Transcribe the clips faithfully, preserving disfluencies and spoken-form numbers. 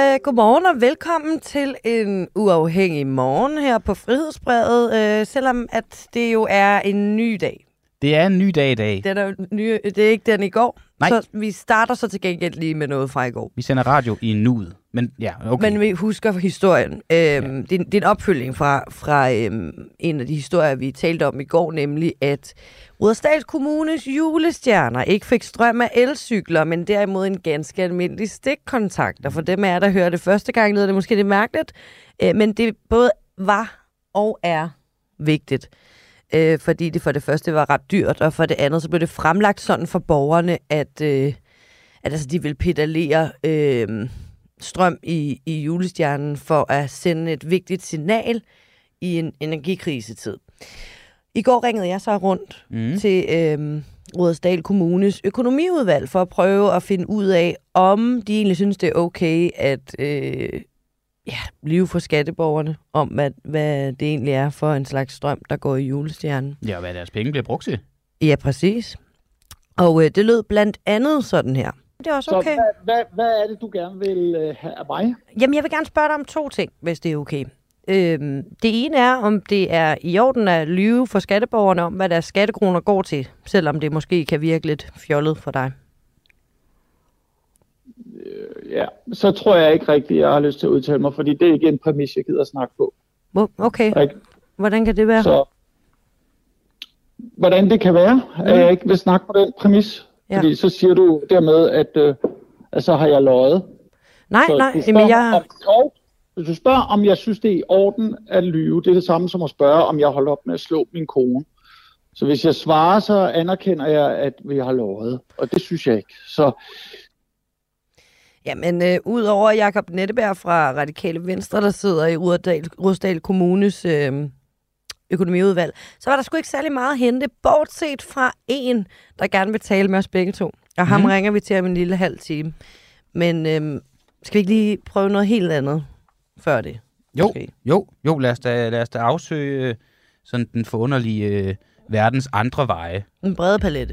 øh, godmorgen og velkommen til en uafhængig morgen her på Frihedsbrevet, øh, selvom at det jo er en ny dag. Det er en ny dag i dag. Den er ny, det er ikke den i går, Nej. Så vi starter så til gengæld lige med noget fra i går. Vi sender radio i nuet, men ja, okay. Men vi husker historien. Øhm, ja. det, det er en opfølging fra, fra øhm, en af de historier, vi talte om i går, nemlig at Rudersdal Kommunes julestjerner ikke fik strøm af elcykler, men derimod en ganske almindelig stikkontakt. Og for dem er der hører det første gang, lyder det måske lidt mærkeligt, øh, men det både var og er vigtigt. Øh, fordi det for det første var ret dyrt, og for det andet så blev det fremlagt sådan for borgerne, at, øh, at altså, de vil pedalere øh, strøm i, i julestjernen for at sende et vigtigt signal i en energikrisetid. I går ringede jeg så rundt mm. til øh, Rudersdal Kommunes økonomiudvalg for at prøve at finde ud af, om de egentlig synes, det er okay at øh, ja, lyve for skatteborgerne om, hvad, hvad det egentlig er for en slags strøm, der går i julestjernen. Ja, og hvad deres penge bliver brugt til. Ja, præcis. Og øh, det lød blandt andet sådan her. Det er også okay. Så hvad, hvad, hvad er det, du gerne vil øh, have af mig? Jamen, jeg vil gerne spørge dig om to ting, hvis det er okay. Øhm, det ene er, om det er i orden at lyve for skatteborgerne om, hvad deres skattekroner går til, selvom det måske kan virke lidt fjollet for dig. Øh, ja, så tror jeg ikke rigtigt, jeg har lyst til at udtale mig, fordi det er ikke en præmis, jeg gider at snakke på. Okay. Ikke? Hvordan kan det være? Så, hvordan det kan være, mm. at jeg ikke vil snakke på den præmis. Ja. Fordi så siger du dermed, at, øh, at så har jeg løjet. Nej, så nej. Du Jamen, jeg... om, hvis du spørger, om jeg synes, det er i orden at lyve, det er det samme som at spørge, om jeg holder op med at slå min kone. Så hvis jeg svarer, så anerkender jeg, at vi har løjet. Og det synes jeg ikke. Så... Jamen, øh, udover Jakob Netteberg fra Radikale Venstre, der sidder i Rudersdal Kommunes øh, økonomiudvalg, så var der sgu ikke særlig meget at hente, bortset fra en, der gerne vil tale med os begge to. Og ham mm. ringer vi til om en lille halv time. Men øh, skal vi ikke lige prøve noget helt andet før det? Jo, måske? jo, jo lad, os da, lad os da afsøge sådan den forunderlige øh, verdens andre veje. En brede palette.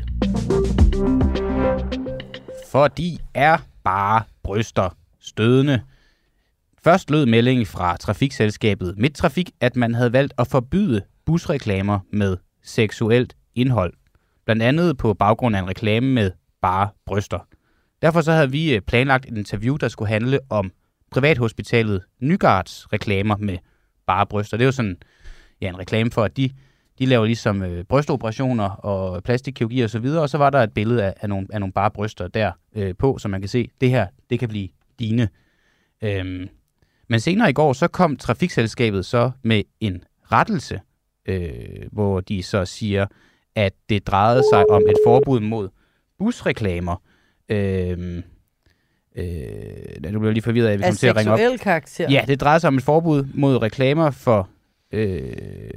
For de er bare bryster stødende. Først lød meldingen fra trafikselskabet Midttrafik, at man havde valgt at forbyde busreklamer med seksuelt indhold. Blandt andet på baggrund af en reklame med bare bryster. Derfor så havde vi planlagt et interview, der skulle handle om privathospitalet Nygards reklamer med bare bryster. Det er jo sådan ja, en reklame for, at de, de laver ligesom øh, brystoperationer og plastikkirurgi og så videre, og så var der et billede af, af, nogle, af nogle bare bryster der øh, på, så man kan se, det her, det kan blive dine. Øhm, men senere i går, så kom trafikselskabet så med en rettelse, øh, hvor de så siger, at det drejede sig om et forbud mod busreklamer. Øh, øh, nu bliver jeg lige forvirret af, at vi kommer til at ringe op. Seksuel karakter. Ja, det drejer sig om et forbud mod reklamer for øh,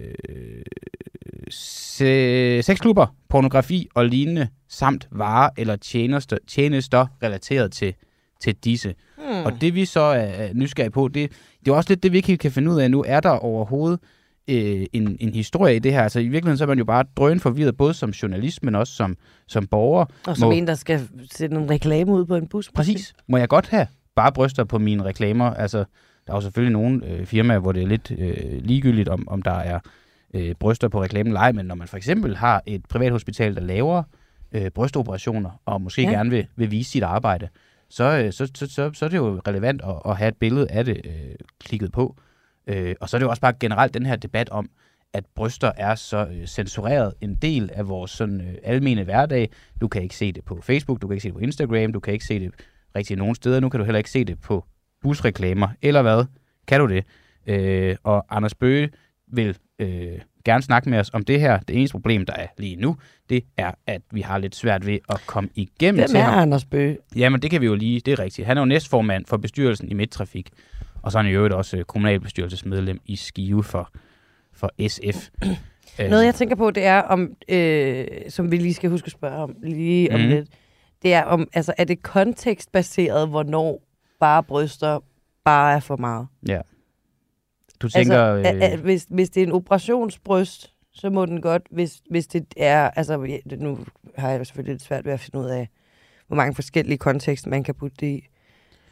se- sexklubber, pornografi og lignende, samt varer eller tjenester, tjenester relateret til, til disse. Hmm. Og det vi så er nysgerrige på, det, det er også lidt det, vi ikke kan finde ud af nu. Er der overhovedet øh, en, en historie i det her? Altså i virkeligheden så er man jo bare drøn forvirret, både som journalist, men også som, som borger. Og som Må, en, der skal sætte en reklame ud på en bus. Præcis. Må jeg godt have bare bryster på mine reklamer? Altså, der er jo selvfølgelig nogle øh, firmaer, hvor det er lidt øh, ligegyldigt, om, om der er øh, bryster på reklamen eller ej, men når man for eksempel har et privathospital, der laver øh, brystoperationer, og måske ja. gerne vil, vil vise sit arbejde, så, øh, så, så, så, så er det jo relevant at, at have et billede af det øh, klikket på. Øh, og så er det jo også bare generelt den her debat om, at bryster er så øh, censureret en del af vores sådan, øh, almene hverdag. Du kan ikke se det på Facebook, du kan ikke se det på Instagram, du kan ikke se det rigtig nogen steder. Nu kan du heller ikke se det på busreklamer, eller hvad? Kan du det? Øh, og Anders Bøge vil øh, gerne snakke med os om det her. Det eneste problem, der er lige nu, det er, at vi har lidt svært ved at komme igennem Hvem til er ham. Anders Bøge? Jamen, det kan vi jo lige, det er rigtigt. Han er jo næstformand for bestyrelsen i Midttrafik, og så er han i øvrigt også kommunalbestyrelsesmedlem i Skive for, for S F. Noget, jeg tænker på, det er, om, øh, som vi lige skal huske at spørge om lige om mm. lidt, det er, om, altså, er det kontekstbaseret, hvornår bare bryster bare er for meget? Ja. Du tænker... Altså, øh... at, at, hvis, hvis det er en operationsbryst, så må den godt, hvis, hvis det er... Altså, nu har jeg selvfølgelig lidt svært ved at finde ud af, hvor mange forskellige kontekster man kan putte det i.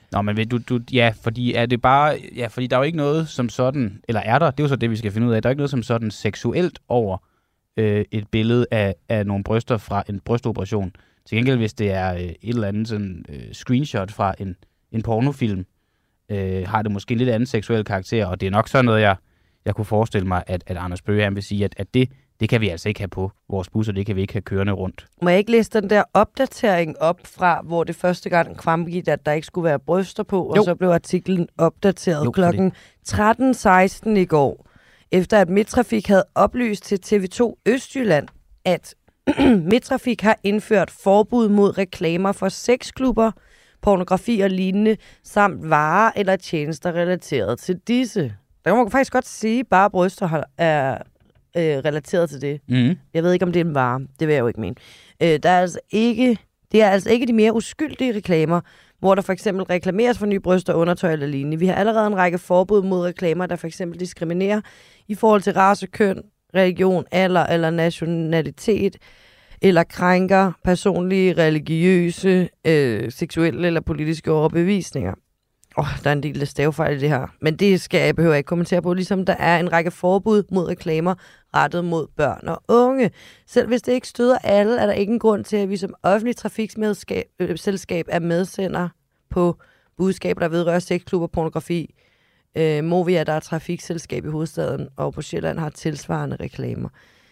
Nå, men du, du, ja, fordi er det bare, ja, fordi der er jo ikke noget som sådan, eller er der, det er jo så det, vi skal finde ud af, der er ikke noget som sådan seksuelt over øh, et billede af, af nogle bryster fra en brystoperation. Til gengæld, hvis det er øh, et eller andet sådan, øh, screenshot fra en, en pornofilm, øh, har det måske lidt anden seksuel karakter, og det er nok sådan noget, jeg, jeg kunne forestille mig, at, at Anders Bøge han vil sige, at, at det, det kan vi altså ikke have på vores busser, det kan vi ikke have kørende rundt. Må jeg ikke læse den der opdatering op fra, hvor det første gang fremgik, at der ikke skulle være bryster på, jo. Og så blev artiklen opdateret jo, klokken tretten seksten i går, efter at Midttrafik havde oplyst til T V to Østjylland, at Midttrafik har indført forbud mod reklamer for sexklubber, pornografi og lignende, samt varer eller tjenester relateret til disse. Der kan man faktisk godt sige, at bare bryster er øh, relateret til det. Mm. Jeg ved ikke, om det er en vare. Det vil jeg jo ikke mene. Øh, der er altså ikke, det er altså ikke de mere uskyldige reklamer, hvor der for eksempel reklameres for nye bryster, undertøj eller lignende. Vi har allerede en række forbud mod reklamer, der for eksempel diskriminerer i forhold til race, køn, religion, alder eller nationalitet, eller krænker personlige, religiøse, øh, seksuelle eller politiske overbevisninger. Åh, oh, der er en del af stavefejl i det her. Men det skal jeg behøver ikke kommentere på, ligesom der er en række forbud mod reklamer rettet mod børn og unge. Selv hvis det ikke støder alle, er der ikke en grund til, at vi som offentlig trafikselskab er medsender på budskaber, der vedrører sexklubber og pornografi. Øh, Movia, der er trafikselskab i hovedstaden, og på Sjælland har tilsvarende reklamer.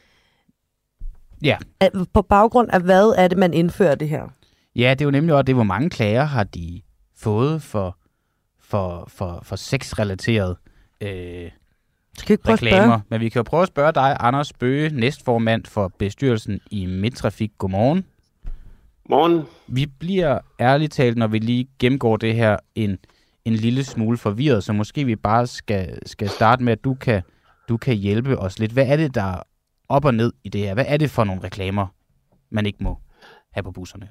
Ja. På baggrund af hvad er det, man indfører det her? Ja, det er jo nemlig også det, hvor mange klager har de fået for, for, for, for sexrelateret øh, reklamer. Men vi kan jo prøve at spørge dig, Anders Bøge, næstformand for bestyrelsen i Midttrafik. Godmorgen. Morgen. Vi bliver ærligt talt, når vi lige gennemgår det her, en, en lille smule forvirret, så måske vi bare skal, skal starte med, at du kan, du kan hjælpe os lidt. Hvad er det, der op og ned i det her? Hvad er det for nogle reklamer, man ikke må have på busserne?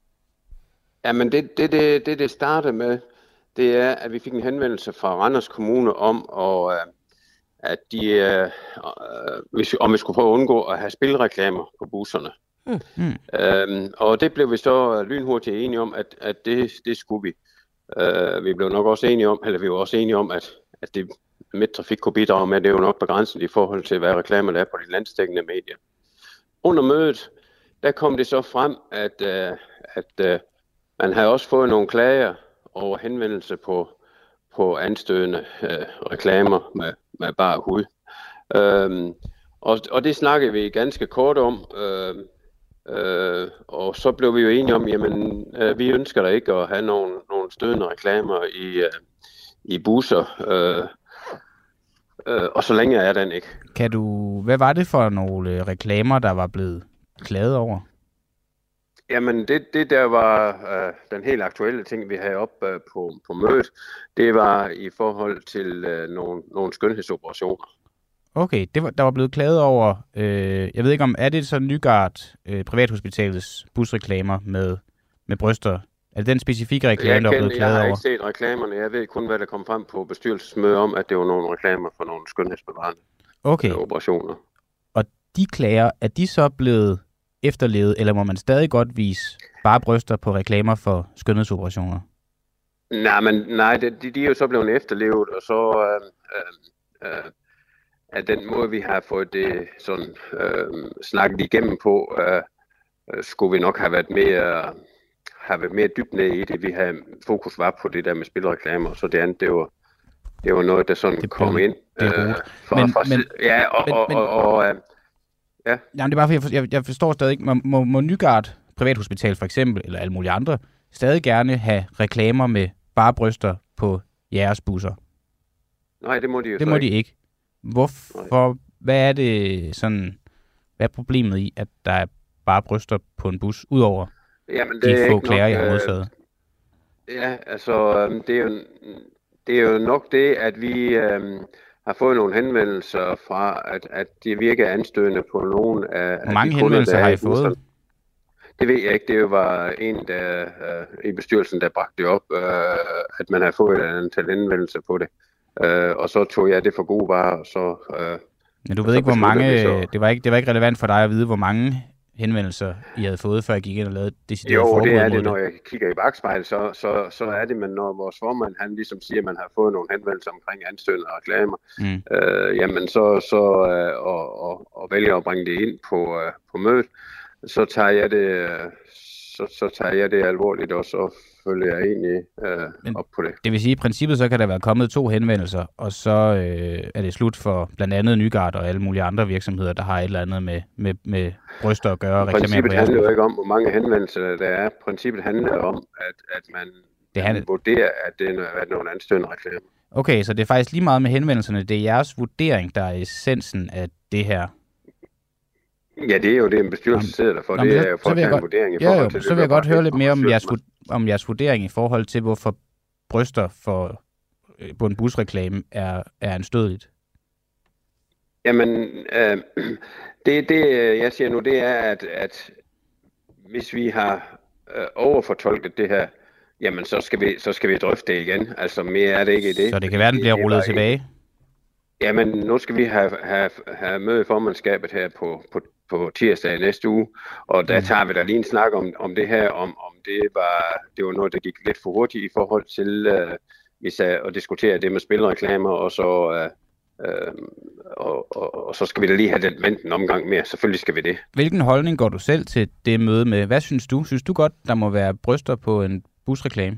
Jamen det, det, det, det, det startede med, det er, at vi fik en henvendelse fra Randers Kommune om, og, at de, øh, hvis, om vi skulle prøve at undgå at have spilreklamer på busserne. Mm. Mm. Øhm, og det blev vi så lynhurtigt enige om, at, at det, det skulle vi. Øh, vi blev nok også enige om, eller vi var også enige om, at, at det Midttrafik kunne bidrage med, det er jo nok begrænset i forhold til, hvad reklamer der er på de landsdækkende medier. Under mødet, der kom det så frem, at, øh, at øh, man havde også fået nogle klager over henvendelse på, på anstødende øh, reklamer med, med bare hud. Øhm, og, og det snakkede vi ganske kort om, øh, øh, og så blev vi jo enige om, jamen øh, vi ønsker da ikke at have nogle, nogle stødende reklamer i, øh, i busser, øh, øh, og så længe er den ikke. Kan du, hvad var det for nogle reklamer, der var blevet klaget over? Jamen det, det der var øh, den helt aktuelle ting, vi havde op øh, på, på mødet, det var i forhold til øh, nogle, nogle skønhedsoperationer. Okay, det var, der var blevet klaget over, øh, jeg ved ikke om, er det så Nygard øh, Privathospitalets busreklamer med, med bryster? Er det den specifikke reklame, jeg der er blevet klaget over? Jeg har ikke set reklamerne, jeg ved kun, hvad der kom frem på bestyrelsesmødet om, at det var nogle reklamer for nogle skønhedsbevarende okay. øh, operationer. Og de klager, er de så blevet efterlevet, eller må man stadig godt vise bare bryster på reklamer for skønhedsoperationer? Nej, men nej, de, de er jo så blevet efterlevet, og så øh, øh, øh, er den måde, vi har fået det sådan øh, snakket igennem på, øh, øh, skulle vi nok have været mere, have været mere dybt ned i det. Vi havde fokus var på det der med spilreklamer, så det andet, det var, det var noget, der sådan det kom ind. Det er øh, for, men, for, men, ja, og, men, og, og, og, og øh, ja. Jamen, det er bare, for jeg, jeg, jeg forstår stadig ikke, må, må, må Nygard Privathospital for eksempel, eller alle mulige andre, stadig gerne have reklamer med bare bryster på jeres busser? Nej, det må de jo Det må ikke. de ikke. Hvorfor? Nej. Hvad er det sådan, hvad er problemet i, at der er bare bryster på en bus, udover Jamen, det de er få klager, jeg har øh, modtaget? Ja, altså, øh, det, er jo, det er jo nok det, at vi øh, har fået nogle henvendelser fra, at, at det virker anstødende på nogle af, Hvor mange af de kunder, henvendelser har I fået? Det ved jeg ikke. Det var en der, øh, i bestyrelsen, der bragte det op, øh, at man har fået et antal henvendelser på det. Øh, og så tog jeg det for gode varer, og så... Øh, Men du ved ikke, hvor mange... Det, det, var ikke, det var ikke relevant for dig at vide, hvor mange henvendelser, I havde fået, før jeg gik ind og lavede decideret Jo, forbud det er mod det, når jeg kigger i bagspejlet, så, så, så er det, men når vores formand, han ligesom siger, at man har fået nogle henvendelser omkring anstødende og reklamer, mm. øh, jamen så, så øh, og, og, og vælger at bringe det ind på, øh, på mødet, så tager jeg det, øh, så, så tager jeg det alvorligt, og så følger jeg egentlig øh, op på det. Det vil sige, at i princippet så kan der være kommet to henvendelser, og så øh, er det slut for blandt andet Nygaard og alle mulige andre virksomheder, der har et eller andet med, med, med bryster at gøre og reklamere på jeres. Princippet handler jo ikke om, hvor mange henvendelser der er. Princippet handler om, at, at man, det handler... man vurderer, at det er nogle anstødende reklamer. Okay, så det er faktisk lige meget med henvendelserne. Det er jeres vurdering, der er essensen af det her. Ja, det er jo det, en bestyrelse sidder der for. Nå, det er jo for at tage en godt, vurdering i jo, forhold jo, til det. Så vil jeg godt høre lidt mere om jeres, om jeres vurdering i forhold til, hvorfor bryster for, på en busreklame er, er anstødeligt. Jamen, øh, det, det jeg siger nu, det er, at, at hvis vi har øh, overfortolket det her, jamen så skal, vi, så skal vi drøfte det igen. Altså mere er det ikke i det. Så det kan være, den bliver rullet tilbage? Ikke. Jamen, nu skal vi have, have, have møde i formandskabet her på, på, på tirsdag næste uge, og der tager vi da lige en snak om, om det her, om, om det var det var noget, der gik lidt for hurtigt i forhold til øh, hvis jeg, at diskutere det med spilreklamer, og så, øh, øh, og, og, og så skal vi da lige have den vendt en omgang mere. Selvfølgelig skal vi det. Hvilken holdning går du selv til det møde med? Hvad synes du? Synes du godt, der må være bryster på en busreklame?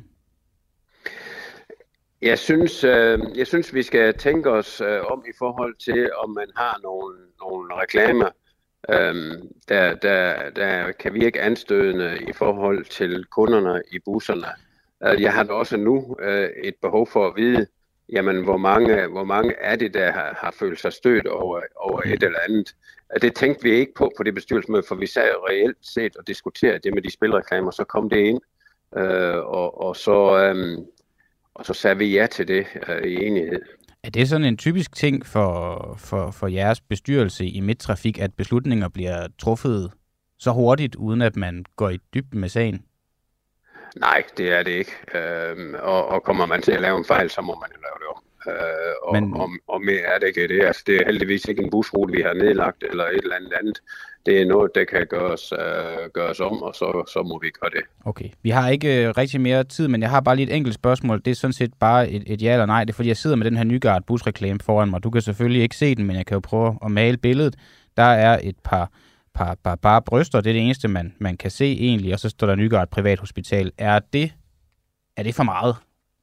Jeg synes, øh, jeg synes, vi skal tænke os øh, om i forhold til, om man har nogle, nogle reklamer, øh, der, der, der kan virke anstødende i forhold til kunderne i busserne. Øh, jeg har da også nu øh, et behov for at vide, jamen, hvor mange, hvor mange er det, der har, har følt sig stødt over, over et eller andet. Det tænkte vi ikke på på det bestyrelsesmøde, for vi sad reelt set og diskuterede det med de spilreklamer, så kom det ind, øh, og, og så... Øh, Og så sagde vi ja til det øh, i enighed. Er det sådan en typisk ting for, for, for jeres bestyrelse i Midttrafik, at beslutninger bliver truffet så hurtigt, uden at man går i dybden med sagen? Nej, det er det ikke. Øh, og, og kommer man til at lave en fejl, så må man jo lave det om. Øh, og, Men... og, og mere er det ikke det. Altså, det er heldigvis ikke en busrute, vi har nedlagt, eller et eller andet andet. Det er noget, der kan gøres, øh, gøres om, og så, så må vi gøre det. Okay. Vi har ikke øh, rigtig mere tid, men jeg har bare lige et enkelt spørgsmål. Det er sådan set bare et, et ja eller nej. Det er fordi, jeg sidder med den her Nygaard busreklame foran mig. Du kan selvfølgelig ikke se den, men jeg kan jo prøve at male billedet. Der er et par, par, par bare bryster. Det er det eneste, man, man kan se egentlig. Og så står der Nygaard Privathospital. Er det, er det for meget?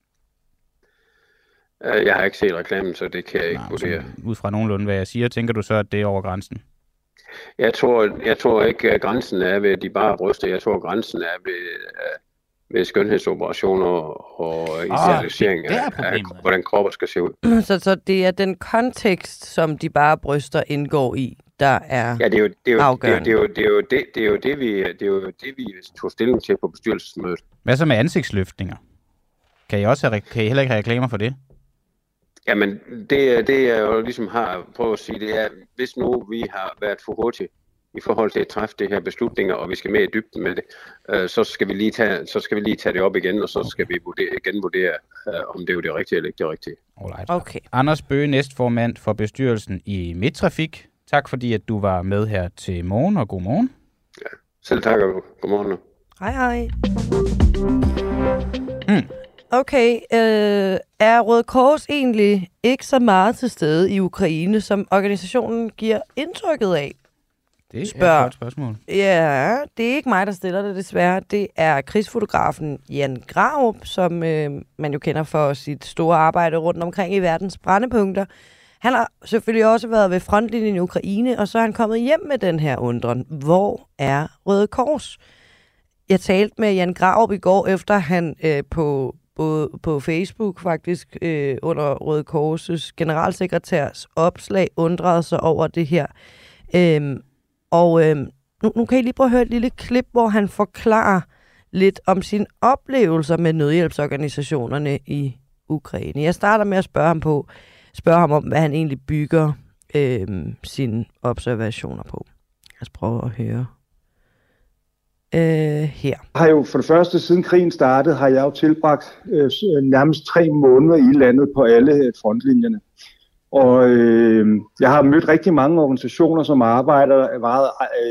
Jeg har ikke set reklamen, så det kan jeg ikke vurdere. Ud fra nogenlunde, hvad jeg siger, tænker du så, at det er over grænsen? Jeg tror, jeg tror ikke, at grænsen er ved de bare bryster. Jeg tror, at grænsen er ved, uh, ved skønhedsoperationer og idealisering oh, af, af, hvordan kroppen skal se ud. Så, så det er den kontekst, som de bare bryster indgår i, der er ja, det er jo, det er jo, afgørende. Det er jo det, er jo det, det, er jo det, vi, det er jo det, vi tog stilling til på bestyrelsesmødet. Hvad så med ansigtsløftninger? Kan I også have, kan I heller ikke have reklamer for det? Jamen, det, det jeg jo ligesom har prøvet at sige, det er, hvis nu vi har været for hurtige i forhold til at træffe de her beslutninger, og vi skal med i dybden med det, øh, så, skal vi lige tage, så skal vi lige tage det op igen, og så skal vi vurdere, genvurdere, øh, om det er jo det rigtige eller ikke det rigtige. Alright. Okay. Anders Bøge, næstformand for bestyrelsen i Midttrafik. Tak fordi, at du var med her til morgen, og god morgen. Ja, selv tak, og god morgen. Hej, hej. Hmm. Okay, øh, er Røde Kors egentlig ikke så meget til stede i Ukraine, som organisationen giver indtrykket af? Det Spørg. er et godt spørgsmål. Ja, det er ikke mig, der stiller det desværre. Det er krigsfotografen Jan Grarup, som øh, man jo kender for sit store arbejde rundt omkring i verdens brændepunkter. Han har selvfølgelig også været ved frontlinjen i Ukraine, og så er han kommet hjem med den her undren. Hvor er Røde Kors? Jeg talte med Jan Grarup i går, efter han øh, på... Både på Facebook faktisk øh, under Røde Kors' generalsekretærs opslag undrede sig over det her. Øhm, og øhm, nu, nu kan I lige prøve at høre et lille klip, hvor han forklarer lidt om sine oplevelser med nødhjælpsorganisationerne i Ukraine. Jeg starter med at spørge ham på, spørge ham om, hvad han egentlig bygger øhm, sine observationer på. Lad os prøve at høre. Uh, her. Har jo for det første, siden krigen startede, har jeg jo tilbragt øh, nærmest tre måneder i landet på alle frontlinjerne. Og øh, jeg har mødt rigtig mange organisationer, som arbejder meget øh,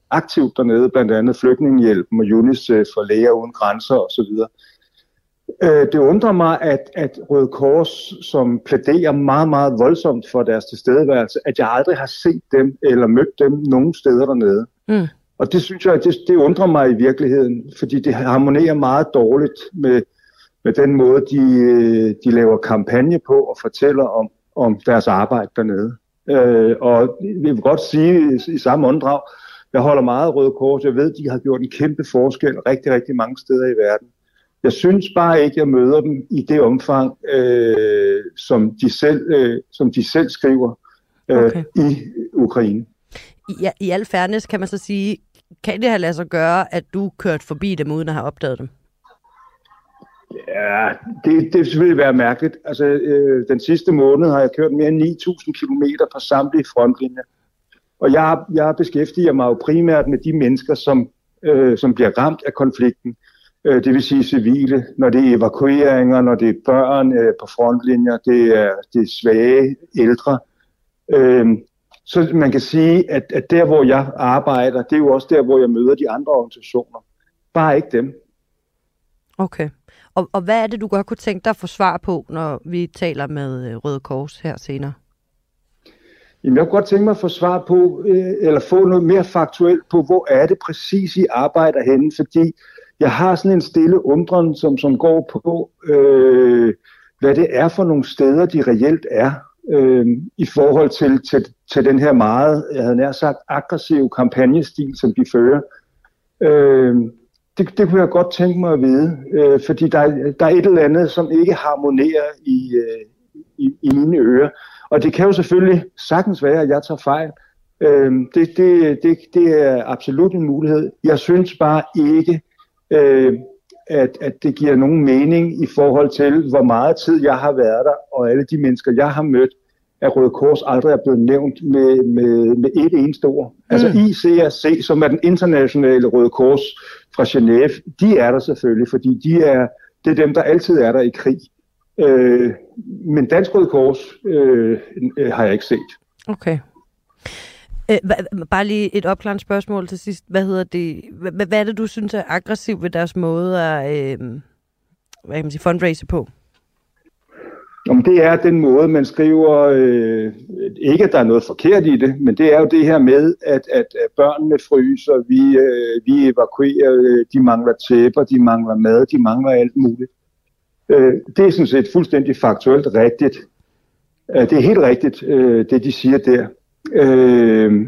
aktivt dernede, blandt andet Flygtningehjælpen og UNICEF og Læger Uden Grænser osv. Det undrer mig, at, at Røde Kors, som plæderer meget, meget voldsomt for deres tilstedeværelse, at jeg aldrig har set dem eller mødt dem nogen steder dernede. Mm. Og det synes jeg, det, det undrer mig i virkeligheden, fordi det harmonerer meget dårligt med, med den måde, de, de laver kampagne på og fortæller om, om deres arbejde dernede. Øh, og vi vil godt sige i, i samme åndedrag, jeg holder meget af Røde Kors. Jeg ved, de har gjort en kæmpe forskel rigtig, rigtig mange steder i verden. Jeg synes bare ikke, at jeg møder dem i det omfang, øh, som, de selv, øh, som de selv skriver øh, okay. i Ukraine. I, I al fairness kan man så sige, kan det have ladet sig gøre, at du kørte forbi dem, uden at have opdaget dem? Ja, det, det vil selvfølgelig være mærkeligt. Altså, øh, den sidste måned har jeg kørt mere end ni tusind kilometer på samtlige frontlinjer. Og jeg, jeg beskæftiger mig jo primært med de mennesker, som, øh, som bliver ramt af konflikten. Øh, det vil sige civile, når det er evakueringer, når det er børn øh, på frontlinjer, det er, det er svage, ældre. Øh, så man kan sige, at, at der, hvor jeg arbejder, det er jo også der, hvor jeg møder de andre organisationer. Bare ikke dem. Okay. Og, og hvad er det, du godt kunne tænke dig at få svar på, når vi taler med Røde Kors her senere? Jamen, jeg kunne godt tænke mig at få svar på, øh, eller få noget mere faktuelt på, hvor er det præcis, I arbejder henne, fordi jeg har sådan en stille undren, som, som går på, øh, hvad det er for nogle steder, de reelt er, øh, i forhold til, til, til den her meget, jeg havde nær sagt, aggressive kampagnestil, som de fører. Øh, det, det kunne jeg godt tænke mig at vide, øh, fordi der, der er et eller andet, som ikke harmonerer i, øh, i, i mine ører. Og det kan jo selvfølgelig sagtens være, at jeg tager fejl. Øh, det, det, det, det er absolut en mulighed. Jeg synes bare ikke, øh, at, at det giver nogen mening i forhold til, hvor meget tid jeg har været der, og alle de mennesker, jeg har mødt, at Røde Kors aldrig er blevet nævnt med, med, med et eneste ord. Mm. Altså I C R C, som er den internationale Røde Kors fra Genève, de er der selvfølgelig, fordi de er, det er dem, der altid er der i krig. Øh, men Dansk Røde Kors øh, øh, har jeg ikke set. Okay. Øh, bare lige et opklarende spørgsmål til sidst. Hvad hedder det? Hvad, hvad er det, du synes er aggressivt ved deres måde at øh, hvad kan man sige, fundraise på? Om det er den måde, man skriver, øh, ikke at der er noget forkert i det, men det er jo det her med, at, at børnene fryser, vi, øh, vi evakuerer, de mangler tæpper, de mangler mad, de mangler alt muligt. Øh, det er sådan set fuldstændig faktuelt rigtigt. Øh, det er helt rigtigt, øh, det de siger der. Øh,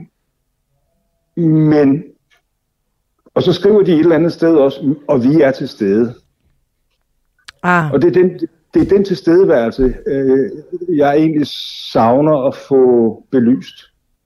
men, og så skriver de et eller andet sted også, og vi er til stede. Ah. Og det er den... Det er den tilstedeværelse, øh, jeg egentlig savner at få belyst.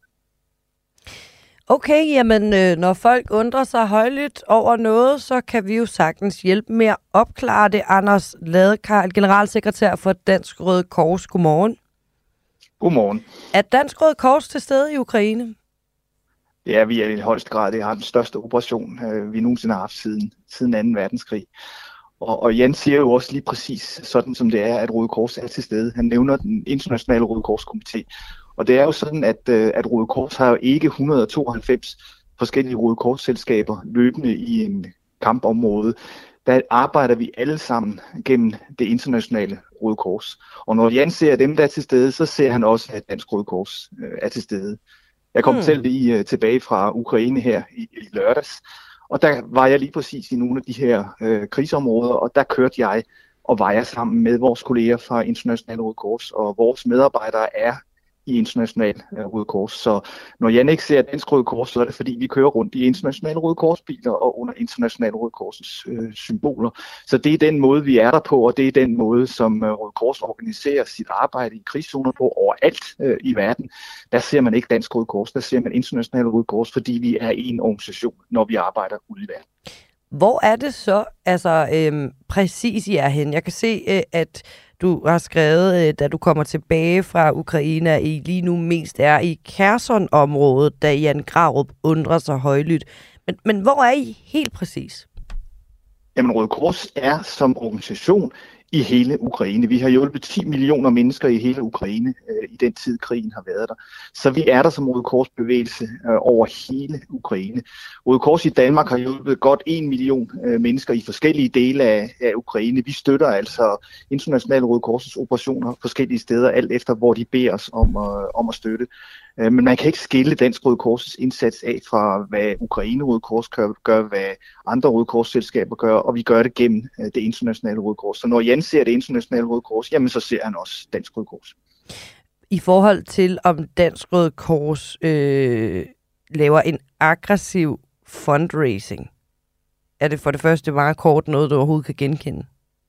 Okay, jamen øh, når folk undrer sig højlydt over noget, så kan vi jo sagtens hjælpe med at opklare det. Anders Ladekarl, generalsekretær for Dansk Røde Kors. Godmorgen. Godmorgen. Er Dansk Røde Kors til stede i Ukraine? Ja, vi er i højst grad. Det er den største operation, øh, vi nogensinde har haft siden, siden anden verdenskrig. Og, og Jan siger jo også lige præcis sådan, som det er, at Røde Kors er til stede. Han nævner den internationale Røde Kors Komité. Og det er jo sådan, at, at Røde Kors har jo ikke et hundrede og tooghalvfems forskellige Røde Kors-selskaber løbende i en kampområde. Der arbejder vi alle sammen gennem det internationale Røde Kors. Og når Jan ser dem, der er til stede, så ser han også, at Dansk Røde Kors er til stede. Jeg kom hmm. selv lige tilbage fra Ukraine her i, i lørdags. Og der var jeg lige præcis i nogle af de her øh, krigsområder, og der kørte jeg og var jeg sammen med vores kolleger fra International Røde Kors, og vores medarbejdere er i International øh, Røde Kors. Så når Jan ikke ser Dansk Røde Kors, så er det fordi, vi kører rundt i International Røde Kors-biler og under International Røde Kors' øh, symboler. Så det er den måde, vi er der på, og det er den måde, som øh, Røde Kors organiserer sit arbejde i krigszoner på overalt øh, i verden. Der ser man ikke Dansk Røde Kors, der ser man International Røde Kors, fordi vi er en organisation, når vi arbejder ude i verden. Hvor er det så altså øhm, præcis I er hen? Jeg kan se, øh, at du har skrevet, øh, da du kommer tilbage fra Ukraine, at I lige nu mest er i Kherson-området, da Jan Grarup undrer sig højlydt. Men, men hvor er I helt præcis? Jamen, Røde Kors er som organisation i hele Ukraine. Vi har hjulpet ti millioner mennesker i hele Ukraine øh, i den tid, krigen har været der. Så vi er der som Røde Kors bevægelse øh, over hele Ukraine. Røde Kors i Danmark har hjulpet godt en million øh, mennesker i forskellige dele af, af Ukraine. Vi støtter altså internationale Røde Kors' operationer forskellige steder, alt efter hvor de beder os om, øh, om at støtte. Øh, men man kan ikke skille Dansk Røde Kors' indsats af fra, hvad Ukraine Røde Kors gør, hvad andre Røde Kors-selskaber gør, og vi gør det gennem øh, det internationale Røde Kors. Så når Jan ser det internationale Røde Kors, jamen så ser han også Dansk Røde Kors. I forhold til, om Dansk Røde Kors øh, laver en aggressiv fundraising, er det for det første meget kort noget, du overhovedet kan genkende?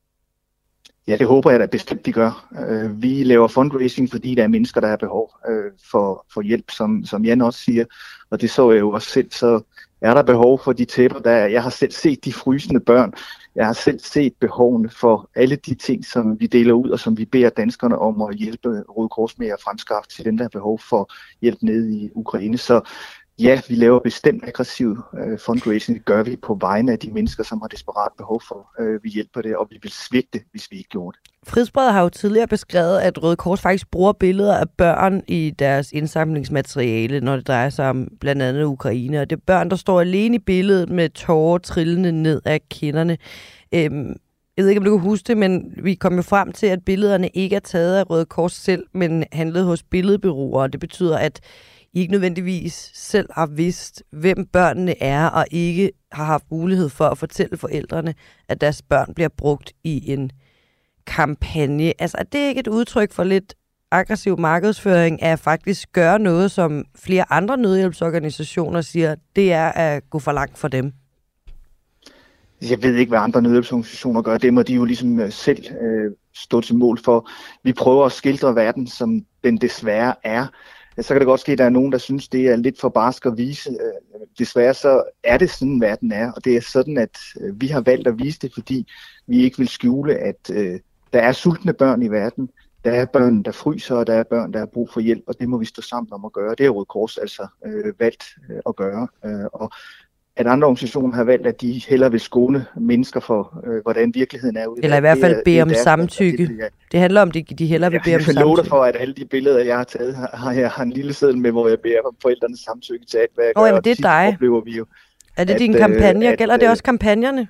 Ja, det håber jeg da bestemt, de gør. Øh, vi laver fundraising, fordi der er mennesker, der har behov øh, for, for hjælp, som, som Jan også siger. Og det så jeg jo også selv, så er der behov for de tæpper, der er. Jeg har selv set de frysende børn. Jeg har selv set behovene for alle de ting, som vi deler ud, og som vi beder danskerne om at hjælpe Røde Kors med at fremskaffe til dem, der har behov for hjælp nede i Ukraine. Så ja, vi laver bestemt aggressiv øh, fundraising. Det gør vi på vegne af de mennesker, som har desperat behov for. Øh, vi hjælper det, og vi vil svigte, hvis vi ikke gjorde det. Frihedsbrevet har jo tidligere beskrevet, at Røde Kors faktisk bruger billeder af børn i deres indsamlingsmateriale, når det drejer sig om blandt andet Ukraine. Og det er børn, der står alene i billedet med tårer trillende ned af kinderne. Øhm, jeg ved ikke, om du kan huske det, men vi kom jo frem til, at billederne ikke er taget af Røde Kors selv, men handlet hos billedbureauer. Det betyder, at I ikke nødvendigvis selv har vidst, hvem børnene er, og ikke har haft mulighed for at fortælle forældrene, at deres børn bliver brugt i en kampagne. Altså, er det ikke et udtryk for lidt aggressiv markedsføring af at faktisk gøre noget, som flere andre nødhjælpsorganisationer siger, det er at gå for langt for dem? Jeg ved ikke, hvad andre nødhjælpsorganisationer gør. Det må de jo ligesom selv øh, stå til mål for. Vi prøver at skildre verden, som den desværre er. Så kan det godt ske, at der er nogen, der synes, det er lidt for barsk at vise. Desværre så er det sådan, verden er, og det er sådan, at vi har valgt at vise det, fordi vi ikke vil skjule, at øh, der er sultne børn i verden. Der er børn, der fryser, og der er børn, der har brug for hjælp, og det må vi stå sammen om at gøre. Det har Røde Kors altså øh, valgt øh, at gøre. Øh, og at andre organisationer har valgt, at de hellere vil skåne mennesker for, øh, hvordan virkeligheden er ude. Eller i hvert fald bede om samtykke. Det, det handler om, at de, de hellere vil bede om samtykke. Jeg kan love dig for, at alle de billeder, jeg har taget, har jeg har en lille seddel med, hvor jeg beder om forældrenes samtykke til alt, hvad jeg oh, gør. Jamen, det er dig. Oplever vi jo, er det at, dine kampagner? At, Gælder det også kampagnerne?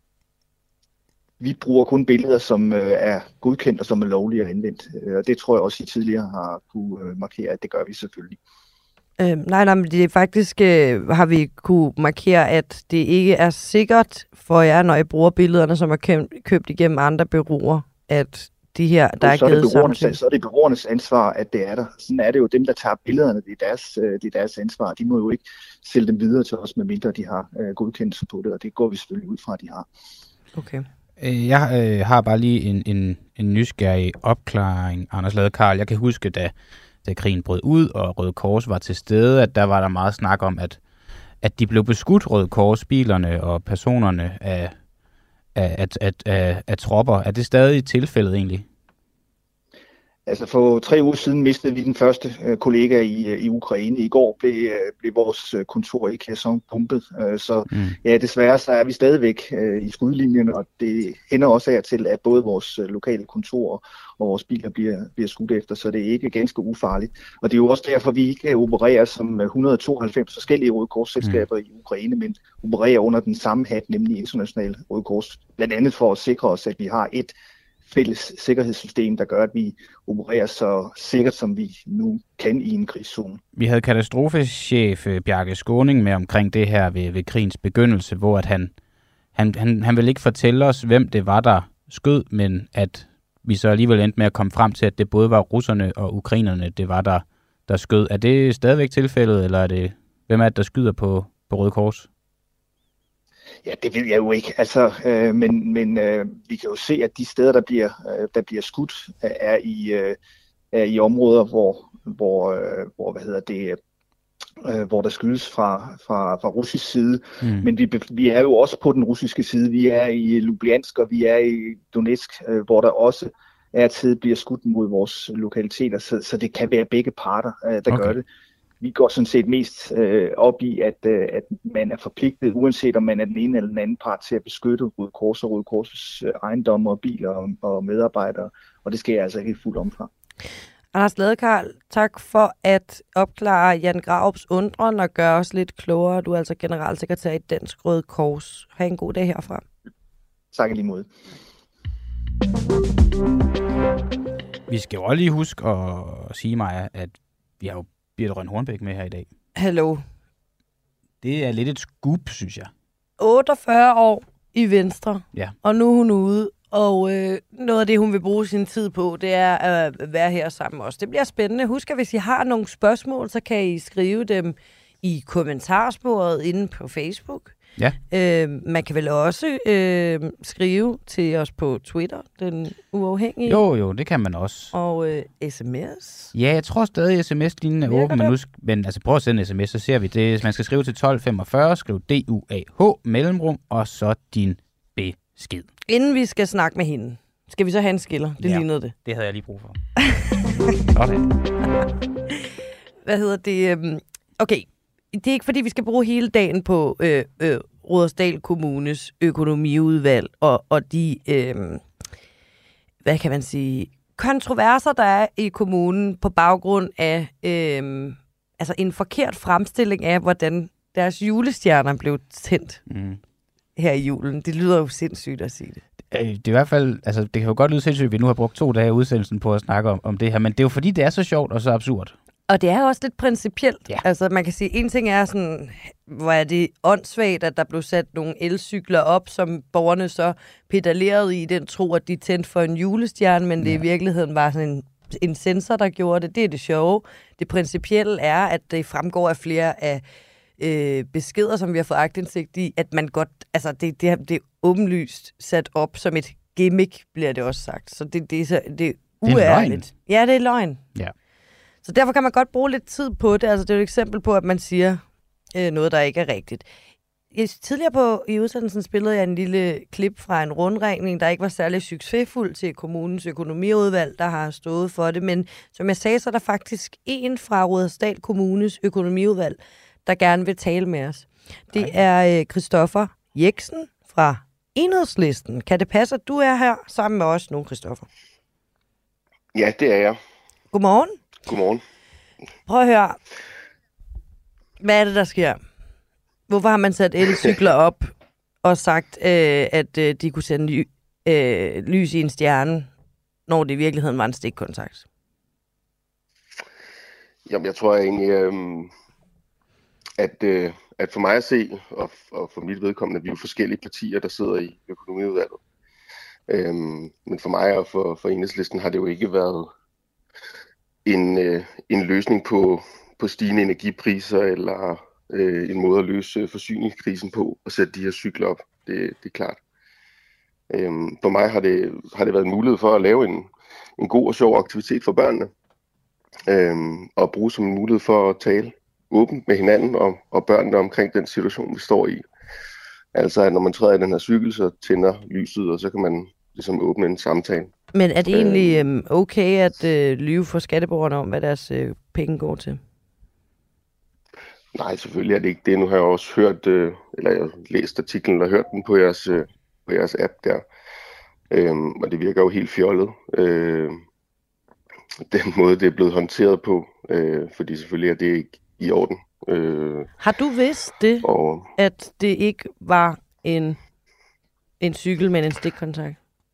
Vi bruger kun billeder, som øh, er godkendt og som er lovlige og anvendt. Og det tror jeg også, I tidligere har kunne øh, markere, at det gør vi selvfølgelig. Øh, nej, nej, men det er faktisk øh, har vi kunne markere, at det ikke er sikkert for jer, når I bruger billederne, som er købt, købt igennem andre bureauer, at de her, der er, er givet samtykke. Så er det bureauernes ansvar, at det er der. Sådan er det jo. Dem, der tager billederne, det er deres, det er deres ansvar. De må jo ikke sælge dem videre til os, medmindre de har øh, godkendelse på det, og det går vi selvfølgelig ud fra, at de har. Okay. Jeg øh, har bare lige en, en, en nysgerrig opklaring, Anders Lade Karl. Jeg kan huske, da da krigen brød ud, og Røde Kors var til stede, at der var der meget snak om, at, at de blev beskudt, Røde Kors, bilerne og personerne af, af, af, af, af, af tropper. Er det stadig tilfældet egentlig? Altså for tre uger siden mistede vi den første øh, kollega i, i Ukraine. I går blev, øh, blev vores kontor i Kherson pumpet. Øh, så mm. ja, desværre så er vi stadigvæk øh, i skudlinjen, og det hænder også af til, at både vores øh, lokale kontor og vores biler bliver, bliver skudt efter, så det er ikke ganske ufarligt. Og det er jo også derfor, vi ikke opererer som et hundrede og tooghalvfems forskellige Røde Kors-selskaber mm. i Ukraine, men opererer under den samme hat, nemlig International Røde Kors. Blandt andet for at sikre os, at vi har et fælles sikkerhedssystem, der gør, at vi opererer så sikkert, som vi nu kan i en krigszone. Vi havde katastrofechef Bjarke Skåning med omkring det her ved, ved krigens begyndelse, hvor at han, han, han, han ville ikke fortælle os, hvem det var, der skød, men at vi så alligevel endte med at komme frem til, at det både var russerne og ukrainerne, det var der, der skød. Er det stadigvæk tilfældet, eller er det, hvem er det, der skyder på, på Røde Kors? Ja, det ved jeg jo ikke. Altså, øh, men men øh, vi kan jo se, at de steder, der bliver, øh, der bliver skudt, er i, øh, er i områder, hvor, hvor, øh, hvor hvad hedder det, øh, hvor der skydes fra, fra, fra russisk side. Mm. Men vi, vi er jo også på den russiske side. Vi er i Lubyansk, og vi er i Donetsk, øh, hvor der også er tid bliver skudt mod vores lokaliteter. Så, så det kan være begge parter, øh, der okay. gør det. vi går sådan set mest øh, op i, at, øh, at man er forpligtet, uanset om man er den ene eller den anden part, til at beskytte Røde Kors og Røde Kors' øh, ejendomme og biler og, og medarbejdere, og det sker altså ikke i fuld omfang. Anders Ladekarl, tak for at opklare Jan Graups undren og gøre os lidt klogere. Du er altså generalsekretær i Dansk Røde Kors. Ha' en god dag herfra. Tak lige måde. Vi skal jo også lige huske at sige, Maja, at vi har jo Birthe Rønn Hornbech med her i dag. Hallo. Det er lidt et scoop, synes jeg. otteogfyrre år i Venstre, ja. Og nu er hun ude. Og øh, noget af det, hun vil bruge sin tid på, det er at være her sammen med os. Det bliver spændende. Husk, at hvis I har nogle spørgsmål, så kan I skrive dem i kommentarsporet inde på Facebook. Ja. Øh, man kan vel også øh, skrive til os på Twitter, den uafhængige. Jo, jo, det kan man også. Og øh, sms. Ja, jeg tror stadig, sms-linjen er åben, men, nu, men altså, prøv at sende sms, så ser vi det. Man skal skrive til tolv femogfyrre, skriv D U A H, mellemrum, og så din besked. Inden vi skal snakke med hende, skal vi så have en skiller? Det ja, lignede det. Det havde jeg lige brug for. Sådan. Hvad hedder det? Okay, det er ikke fordi, vi skal bruge hele dagen på øh, øh, Rudersdal Kommunes økonomiudvalg og, og de, øh, hvad kan man sige, kontroverser, der er i kommunen på baggrund af øh, altså en forkert fremstilling af, hvordan deres julestjerner blev tændt mm. her i julen. Det lyder jo sindssygt at sige det. Det er i hvert fald, altså det kan jo godt lyde sindssygt, at vi nu har brugt to dage af udsendelsen på at snakke om, om det her, men det er jo fordi, det er så sjovt og så absurd. Og det er også lidt principielt. Ja. Altså man kan sige, en ting er sådan, hvor er det åndssvagt, at der blev sat nogle elcykler op, som borgerne så pedalerede i den tro, at de tændte for en julestjerne, men det ja. i virkeligheden var sådan en, en sensor, der gjorde det. Det er det sjove. Det principielle er, at det fremgår af flere af øh, beskeder, som vi har fået aktindsigt i, at man godt, altså det, det, det er åbenlyst sat op som et gimmick, bliver det også sagt. Så det, det, er, så, det er uærligt. Ja, det er løgn. Ja. Så derfor kan man godt bruge lidt tid på det. Altså, det er et eksempel på, at man siger øh, noget, der ikke er rigtigt. Tidligere på i udsendelsen spillede jeg en lille klip fra en rundringning, der ikke var særlig succesfuld til kommunens økonomiudvalg, der har stået for det. Men som jeg sagde, så er der faktisk en fra Rudersdal Kommunes økonomiudvalg, der gerne vil tale med os. Det er Christoffer Jeksen fra Enhedslisten. Kan det passe, at du er her sammen med os nu, Christoffer? Ja, det er jeg. Godmorgen. Godmorgen. Prøv at høre. Hvad er det, der sker? Hvorfor har man sat elcykler op og sagt, øh, at øh, de kunne sende ly- øh, lys i en stjerne, når det i virkeligheden var en stikkontakt? Jamen, jeg tror egentlig, øh, at, øh, at for mig at se, og, og for mit vedkommende, at vi er forskellige partier, der sidder i økonomiudvalget. Øh, men for mig og for, for Enhedslisten har det jo ikke været en, øh, en løsning på, på stigende energipriser eller øh, en måde at løse forsyningskrisen på og sætte de her cykler op. Det, det er klart. Øh, for mig har det, har det været en mulighed for at lave en, en god og sjov aktivitet for børnene. Øh, og bruge som en mulighed for at tale åbent med hinanden og, og børnene omkring den situation, vi står i. Altså, at når man træder i den her cykel, så tænder lyset, og så kan man ligesom åbne en samtale. Men er det egentlig øh, okay at øh, lyve for skatteborgerne om, hvad deres øh, penge går til? Nej, selvfølgelig er det ikke det. Nu har jeg også hørt, øh, eller jeg har læst artiklen eller hørt den på jeres, øh, på jeres app der. Øhm, og det virker jo helt fjollet. Øh, den måde, det er blevet håndteret på. Øh, fordi selvfølgelig er det ikke i orden. Øh, har du vidst det, og, at det ikke var en, en cykel med en stikkontakt?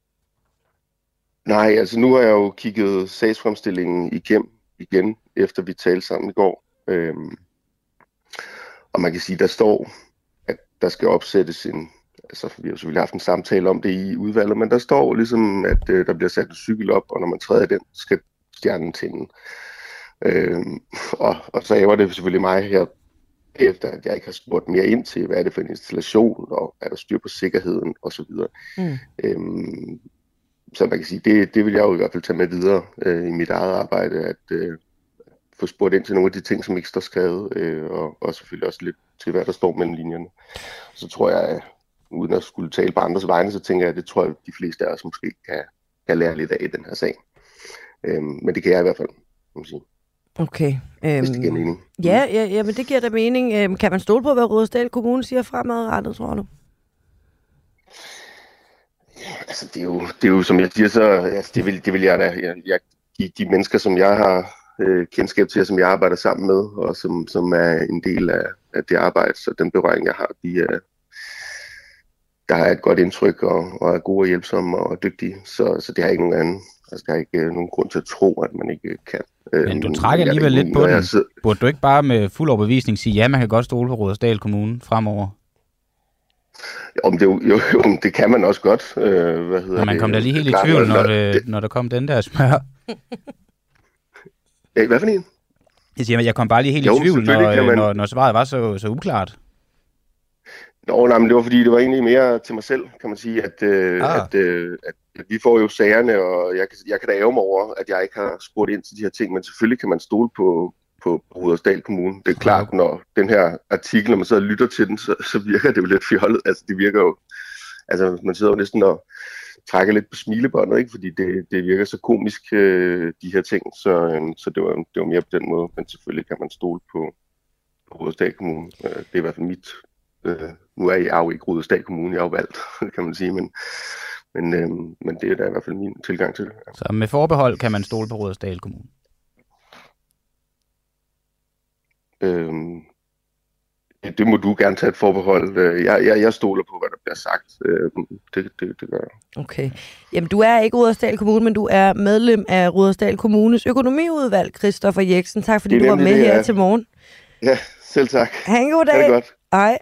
Nej, altså nu har jeg jo kigget sagsfremstillingen igennem igen, efter vi talte sammen i går. Øhm, og man kan sige, der står, at der skal opsættes en, altså vi har selvfølgelig haft en samtale om det i udvalget, men der står ligesom, at øh, der bliver sat en cykel op, og når man træder den, skal stjernen tænde. Øhm, og, og så ærger det selvfølgelig mig her, efter at jeg ikke har spurgt mere ind til, hvad er det for en installation, og er der styr på sikkerheden, osv. Mm. Øhm, Så man kan sige, det, det vil jeg jo i hvert fald tage med videre øh, i mit eget arbejde, at øh, få spurgt ind til nogle af de ting, som ikke står skrevet, øh, og, og selvfølgelig også lidt til, hvad der står mellem linjerne. Så tror jeg, uden at skulle tale på andres vegne, så tænker jeg, at det tror jeg, de fleste af os måske kan, kan lære lidt af i den her sag. Øh, men det kan jeg i hvert fald, må man sige. Okay. Hvis det giver Øhm, mening. ja, ja, ja, men det giver da mening. Øhm, kan man stole på, hvad Rudersdal Kommune siger fremadrettet, tror du? Altså, det er jo, det er jo som jeg siger, så altså, det, vil, det vil jeg da. Jeg, jeg, de, de mennesker, som jeg har øh, kendskab til, som jeg arbejder sammen med, og som, som er en del af, af det arbejde, så den berøring, jeg har, de er, der har et godt indtryk, og, og er gode og hjælpsomme og dygtige. Så, så det har ikke nogen anden. Altså, der er ikke øh, nogen grund til at tro, at man ikke kan. Men du trækker alligevel lidt på den. Sidder... Burde du ikke bare med fuld overbevisning sige, ja, man kan godt stole på Rudersdal Kommune fremover? Jo, det, jo, jo, jo, det kan man også godt. Øh, hvad hedder Nå, man det? kom da lige helt i Klart, tvivl, når, når, det, det... når der kom den der smør. Ja, hvad for en? Jeg siger, jeg kom bare lige helt jo, i tvivl, når, man... når, når svaret var så, så uklart. Nå, nej, men det var fordi, det var egentlig mere til mig selv, kan man sige, at, øh, ah. at, øh, at vi får jo sagerne, og jeg, jeg kan da ære mig over, at jeg ikke har spurgt ind til de her ting, men selvfølgelig kan man stole på, på Rudersdal Kommune. Det er klart, når den her artikel, når man så lytter til den, så, så virker det jo lidt fjollet. Altså, det virker jo, altså, man sidder jo næsten og trækker lidt på smilebåndet, ikke? Fordi det, det virker så komisk, øh, de her ting, så, øh, så det, var, det var mere på den måde, men selvfølgelig kan man stole på, på Rudersdal Kommune. Det er i hvert fald mit... Øh, nu er jeg jo ikke Rudersdal Kommune, jeg er jo valgt, kan man sige, men, men, øh, men det er da i hvert fald min tilgang til det. Ja. Så med forbehold kan man stole på Rudersdal Kommune? Øhm, det må du gerne tage et forbehold. Jeg, jeg, jeg stoler på, hvad der bliver sagt. Det, det, det gør jeg. Okay. Jamen, du er ikke Rudersdal Kommune, men du er medlem af Rudersdal Kommunes økonomiudvalg, Christoffer Jeksen. Tak fordi du var med her til morgen. Ja, selv tak. Ha' en god dag. Ha' det godt. Hej.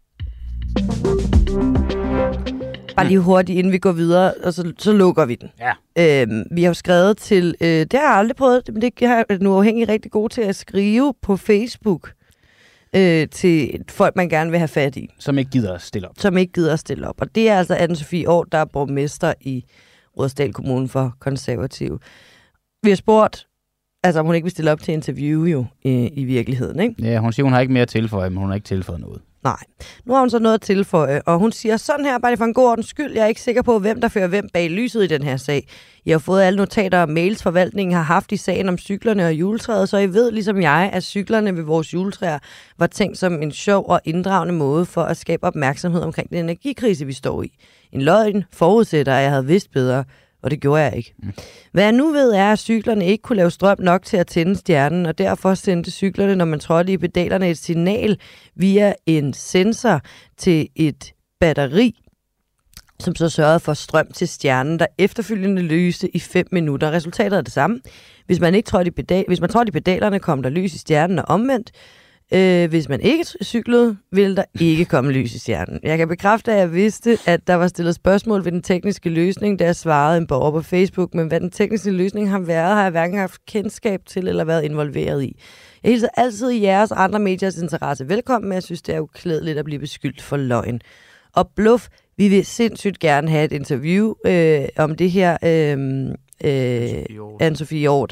Bare lige hurtigt, inden vi går videre, og så, så lukker vi den. Ja. Øhm, vi har jo skrevet til, øh, det har jeg aldrig prøvet, men det har jeg nu afhængig rigtig god til at skrive på Facebook øh, til folk, man gerne vil have fat i. Som ikke gider at stille op. Som ikke gider at stille op. Og det er altså Anne-Sophie Aart, der er borgmester i Rudersdal Kommune for Konservative. Vi har spurgt, altså om hun ikke vil stille op til interview jo i, i virkeligheden, ikke? Ja, hun siger, hun har ikke mere at tilføje, men hun har ikke tilføjet noget. Nej. Nu har hun så noget at tilføje, og hun siger sådan her, bare for en god ordens skyld, jeg er ikke sikker på, hvem der fører hvem bag lyset i den her sag. Jeg har fået alle notater og mails, forvaltningen har haft i sagen om cyklerne og juletræet, så I ved, ligesom jeg, at cyklerne ved vores juletræer var tænkt som en sjov og inddragende måde for at skabe opmærksomhed omkring den energikrise, vi står i. En løgn forudsætter, at jeg havde vidst bedre, og det gjorde jeg ikke. Mm. Hvad jeg nu ved er, at cyklerne ikke kunne lave strøm nok til at tænde stjernen, og derfor sendte cyklerne, når man trådte i pedalerne, et signal via en sensor til et batteri, som så sørgede for strøm til stjernen, der efterfølgende lyste i fem minutter. Resultatet er det samme. Hvis man ikke trådte i pedal, hvis man trådte i pedalerne, kom der lys i stjernen og omvendt. Øh, hvis man ikke cyklede, ville der ikke komme lys i stjernen. Jeg kan bekræfte, at jeg vidste, at der var stillet spørgsmål ved den tekniske løsning, da jeg svarede en borger på Facebook, men hvad den tekniske løsning har været, har jeg hverken haft kendskab til eller været involveret i. Jeg hilser altid i jeres og andre mediers interesse velkommen, men jeg synes, det er uklædeligt at blive beskyldt for løgn. Og bluff, vi vil sindssygt gerne have et interview øh, om det her, øh, øh, Anne-Sophie Aart.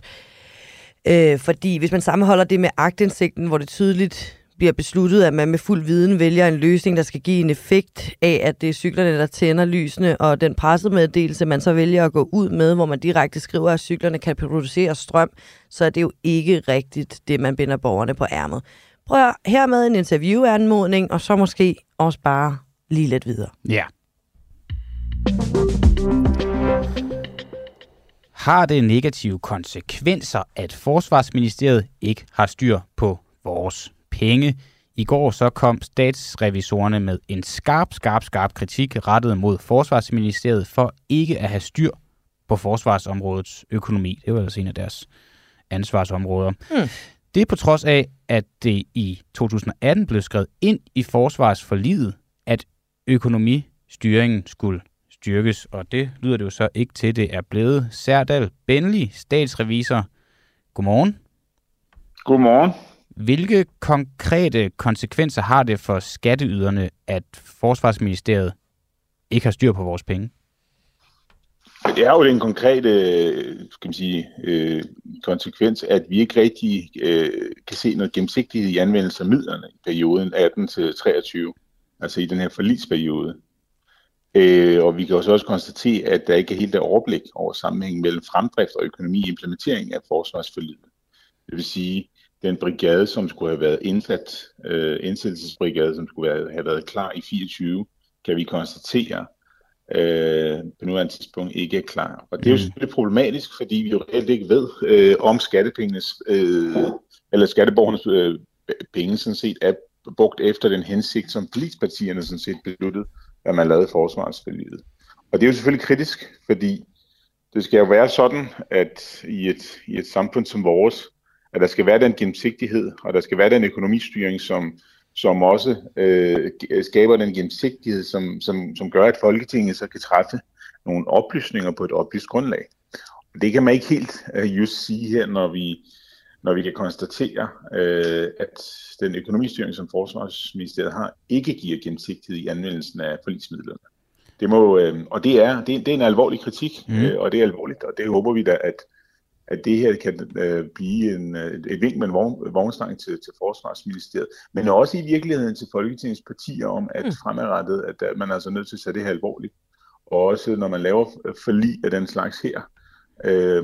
Øh, fordi hvis man sammenholder det med aktindsigten, hvor det tydeligt bliver besluttet, at man med fuld viden vælger en løsning, der skal give en effekt af, at det er cyklerne, der tænder lysene, og den pressemeddelelse, man så vælger at gå ud med, hvor man direkte skriver, at cyklerne kan producere strøm, så er det jo ikke rigtigt, det man binder borgerne på ærmet. Prøv hermed en interviewanmodning, og så måske også bare lige lidt videre. Ja. Har det negative konsekvenser, at Forsvarsministeriet ikke har styr på vores penge? I går så kom statsrevisorerne med en skarp, skarp, skarp kritik rettet mod Forsvarsministeriet for ikke at have styr på forsvarsområdets økonomi. Det var altså en af deres ansvarsområder. Hmm. Det er på trods af, at det i to tusind atten blev skrevet ind i forsvarsforliget, at økonomistyringen skulle styrkes, og det lyder det jo så ikke til, det er blevet. Serdal Benli, statsrevisor. Godmorgen. Godmorgen. Hvilke konkrete konsekvenser har det for skatteyderne, at Forsvarsministeriet ikke har styr på vores penge? Det er jo den konkrete skal man sige, øh, konsekvens, at vi ikke rigtig øh, kan se noget gennemsigtighed i anvendelse af midlerne i perioden atten til treogtyve, altså i den her forligsperiode. Øh, og vi kan også konstatere, at der ikke er helt der overblik over sammenhængen mellem fremdrift og økonomi i implementering af forsvarsforliget. Det vil sige, den brigade, som skulle have været indsat, øh, indsættelsesbrigade, som skulle have, have været klar i fireogtyve, kan vi konstatere, øh, på nuværende tidspunkt ikke er klar. Og det er jo selvfølgelig problematisk, fordi vi jo reelt ikke ved, øh, om skattepengenes, øh, eller skatteborgernes øh, penge sådan set er brugt efter den hensigt, som forligspartierne sådan set besluttede, at man lavede forsvarsforliget. Og det er jo selvfølgelig kritisk, fordi det skal jo være sådan, at i et, i et samfund som vores, at der skal være den gennemsigtighed, og der skal være den økonomistyring, som, som også øh, skaber den gennemsigtighed, som, som, som gør, at Folketinget så kan træffe nogle oplysninger på et oplyst grundlag. Og det kan man ikke helt øh, just sige her, når vi, når vi kan konstatere, øh, at den økonomistyring, som Forsvarsministeriet har, ikke giver gennemsigtighed i anvendelsen af forligsmidlerne. Det må, øh, og det er, det, det er en alvorlig kritik, mm. øh, og det er alvorligt, og det håber vi da, at, at det her kan øh, blive en, et vink med en vogn, vognstang til, til Forsvarsministeriet, men også i virkeligheden til Folketingets partier om, at mm. fremadrettet, at, at man er altså nødt til at tage det her alvorligt, og også når man laver forlig af den slags her, øh,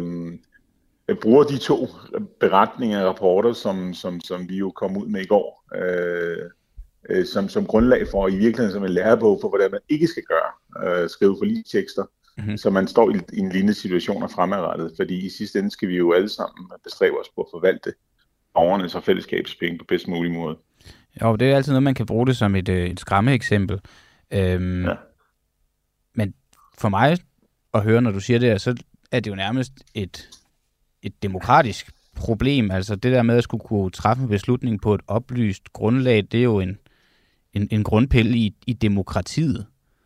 bruger de to beretninger og rapporter, som, som, som vi jo kom ud med i går, øh, Som, som grundlag for, i virkeligheden som en lærebog for, hvordan man ikke skal gøre, øh, skrive forligstekster, mm-hmm. så man står i, i en lignende situation fremadrettet, fordi i sidste ende skal vi jo alle sammen bestræbe os på at forvalte borgernes og fællesskabspenge på bedst mulig måde. Jo, det er altid noget, man kan bruge det som et, et skræmmeeksempel. Øhm, ja. Men for mig at høre, når du siger det her, så er det jo nærmest et, et demokratisk problem. Altså det der med at skulle kunne træffe en beslutning på et oplyst grundlag, det er jo en En, en grundpille i, i demokratiet.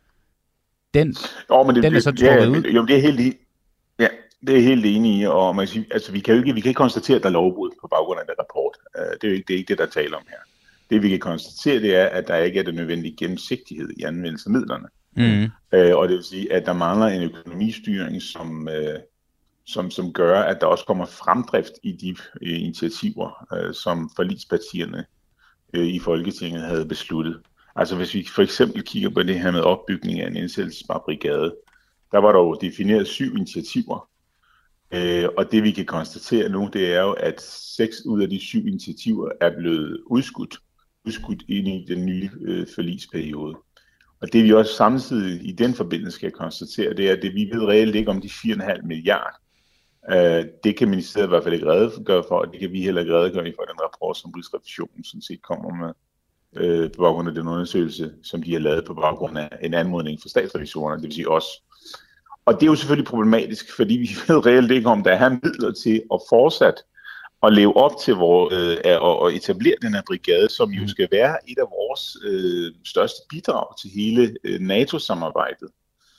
Den, jo, men det, den er så trukket ja, ud. Jo, det er helt i. Ja, det er helt enig i. Og man siger, altså, vi kan jo ikke, vi kan ikke konstatere, at der er lovbrud på baggrund af den rapport. Uh, det er jo ikke det, er ikke det, der taler om her. Det vi kan konstatere, det er, at der ikke er den nødvendige gennemsigtighed i anvendelsen af midlerne. Mm. Uh, og det vil sige, at der mangler en økonomistyring, som, uh, som, som gør, at der også kommer fremdrift i de uh, initiativer, uh, som forligspartierne i Folketinget havde besluttet. Altså hvis vi for eksempel kigger på det her med opbygning af en indsættelsesbar brigade, der var der jo defineret syv initiativer, øh, og det vi kan konstatere nu, det er jo, at seks ud af de syv initiativer er blevet udskudt, udskudt ind i den nye øh, forligsperiode. Og det vi også samtidig i den forbindelse skal konstatere, det er, at det vi ved reelt ikke om de fire komma fem milliarder. Uh, det kan ministeriet i hvert fald ikke redegøre for, og det kan vi heller ikke redegøre for den rapport, som Rigsrevisionen sådan set kommer med uh, på baggrund af den undersøgelse, som de har lavet på baggrund af en anmodning fra statsrevisorerne, det vil sige os. Og det er jo selvfølgelig problematisk, fordi vi ved reelt ikke, om der er midler til at fortsat at leve op til vores, uh, at etablere den her brigade, som jo skal være et af vores uh, største bidrag til hele uh, NATO-samarbejdet.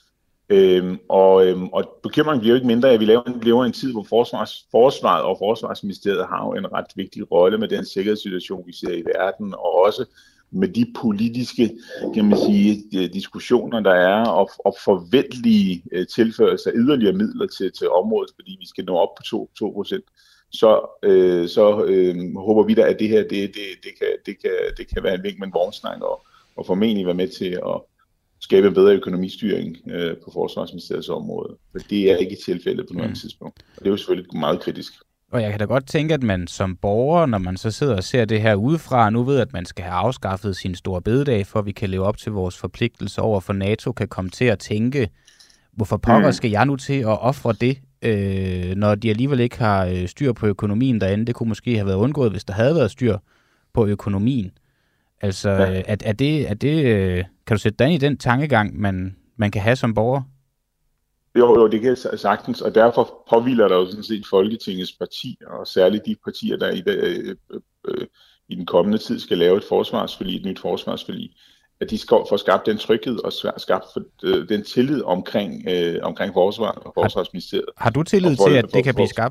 Øhm, og, øhm, og bekymringen bliver jo ikke mindre, at vi lever, lever en tid, hvor forsvars, forsvaret og Forsvarsministeriet har jo en ret vigtig rolle med den sikkerhedssituation, vi ser i verden, og også med de politiske, kan man sige, diskussioner, der er, og, og forventelige øh, tilførelser af yderligere midler til, til området, fordi vi skal nå op på to procent. Så, øh, så øh, håber vi da, at det her det, det, det, kan, det, kan, det kan være en vink med en vognsnak, og, og formentlig være med til at skabe en bedre økonomistyring øh, på Forsvarsministeriets område. For det er ikke tilfældet på noget mm. tidspunkt. Og det er jo selvfølgelig meget kritisk. Og jeg kan da godt tænke, at man som borger, når man så sidder og ser det her udefra, nu ved, at man skal have afskaffet sin store bededag, for at vi kan leve op til vores forpligtelser over for NATO, kan komme til at tænke, hvorfor pokker skal jeg nu til at ofre det, øh, når de alligevel ikke har øh, styr på økonomien derinde? Det kunne måske have været undgået, hvis der havde været styr på økonomien. Altså, ja. er, er det, er det, kan du sætte dig ind i den tankegang, man, man kan have som borger? Jo, jo, det kan jeg sagtens, og derfor påhviler der jo sådan set Folketingets partier, og særligt de partier, der i, øh, øh, i den kommende tid skal lave et forsvarsforlig, et nyt forsvarsforlig, at de skal få skabt den tryghed og skabt øh, den tillid omkring, øh, omkring forsvaret og Forsvarsministeriet. Har, har du tillid til, at det kan blive skabt?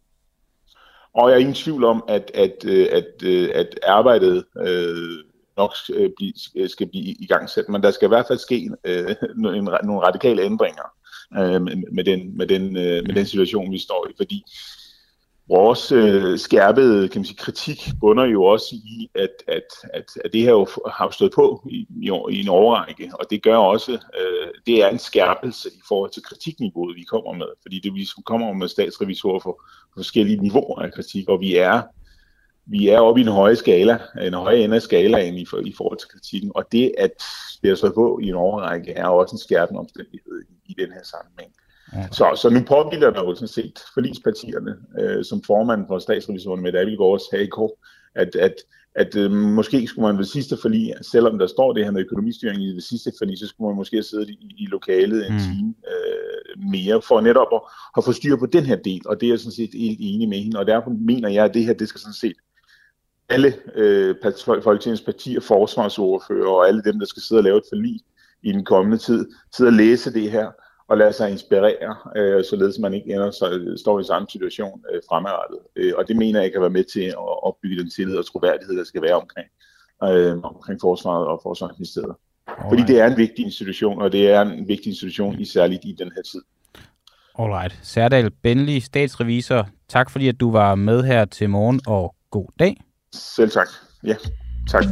Og jeg er ingen tvivl om, at, at, at, at arbejdet øh, nok skal blive, skal blive i gang sat, men der skal i hvert fald ske øh, nogle radikale ændringer øh, med, den, med, den, øh, med den situation, vi står i, fordi vores øh, skærpede kan man sige, kritik bunder jo også i, at, at, at, at det her jo har stået på i, i, i en overrække, og det gør også, øh, det er en skærpelse i forhold til kritikniveauet, vi kommer med, fordi det vi kommer med statsrevisorer for forskellige niveauer af kritik, og vi er vi er oppe i en høje skala, en høje ende af skalaen i, for, i forhold til kritikken, og det, at det er stået på i en overrække, er også en skærpende omstændighed i, i den her sammenhæng. Ja. Så, så nu påhviler der jo sådan set forligspartierne, øh, som formanden for statsrevisorerne Mette Abildgaard sagde i går, at, at, at øh, måske skulle man ved sidste forlig, selvom der står det her med økonomistyring i det sidste forlig, så skulle man måske have siddet i, i lokalet en mm. time øh, mere, for netop at, at få styr på den her del, og det er jeg sådan set helt enig med hende, og derfor mener jeg, at det her, det skal sådan set alle øh, Folketingets partier, forsvarsordfører og alle dem, der skal sidde og lave et forlig i den kommende tid, sidde og læse det her, og lade sig inspirere, øh, således man ikke ender, så, står i samme situation øh, fremadrettet. Øh, og det mener jeg kan være med til at opbygge den tillid og troværdighed, der skal være omkring, øh, omkring forsvaret og forsvarsministeriet. Fordi det er en vigtig institution, og det er en vigtig institution, i særligt i den her tid. Alright. Serdal Benli, statsrevisor, tak fordi at du var med her til morgen, og god dag. Selv tak. Ja, tak.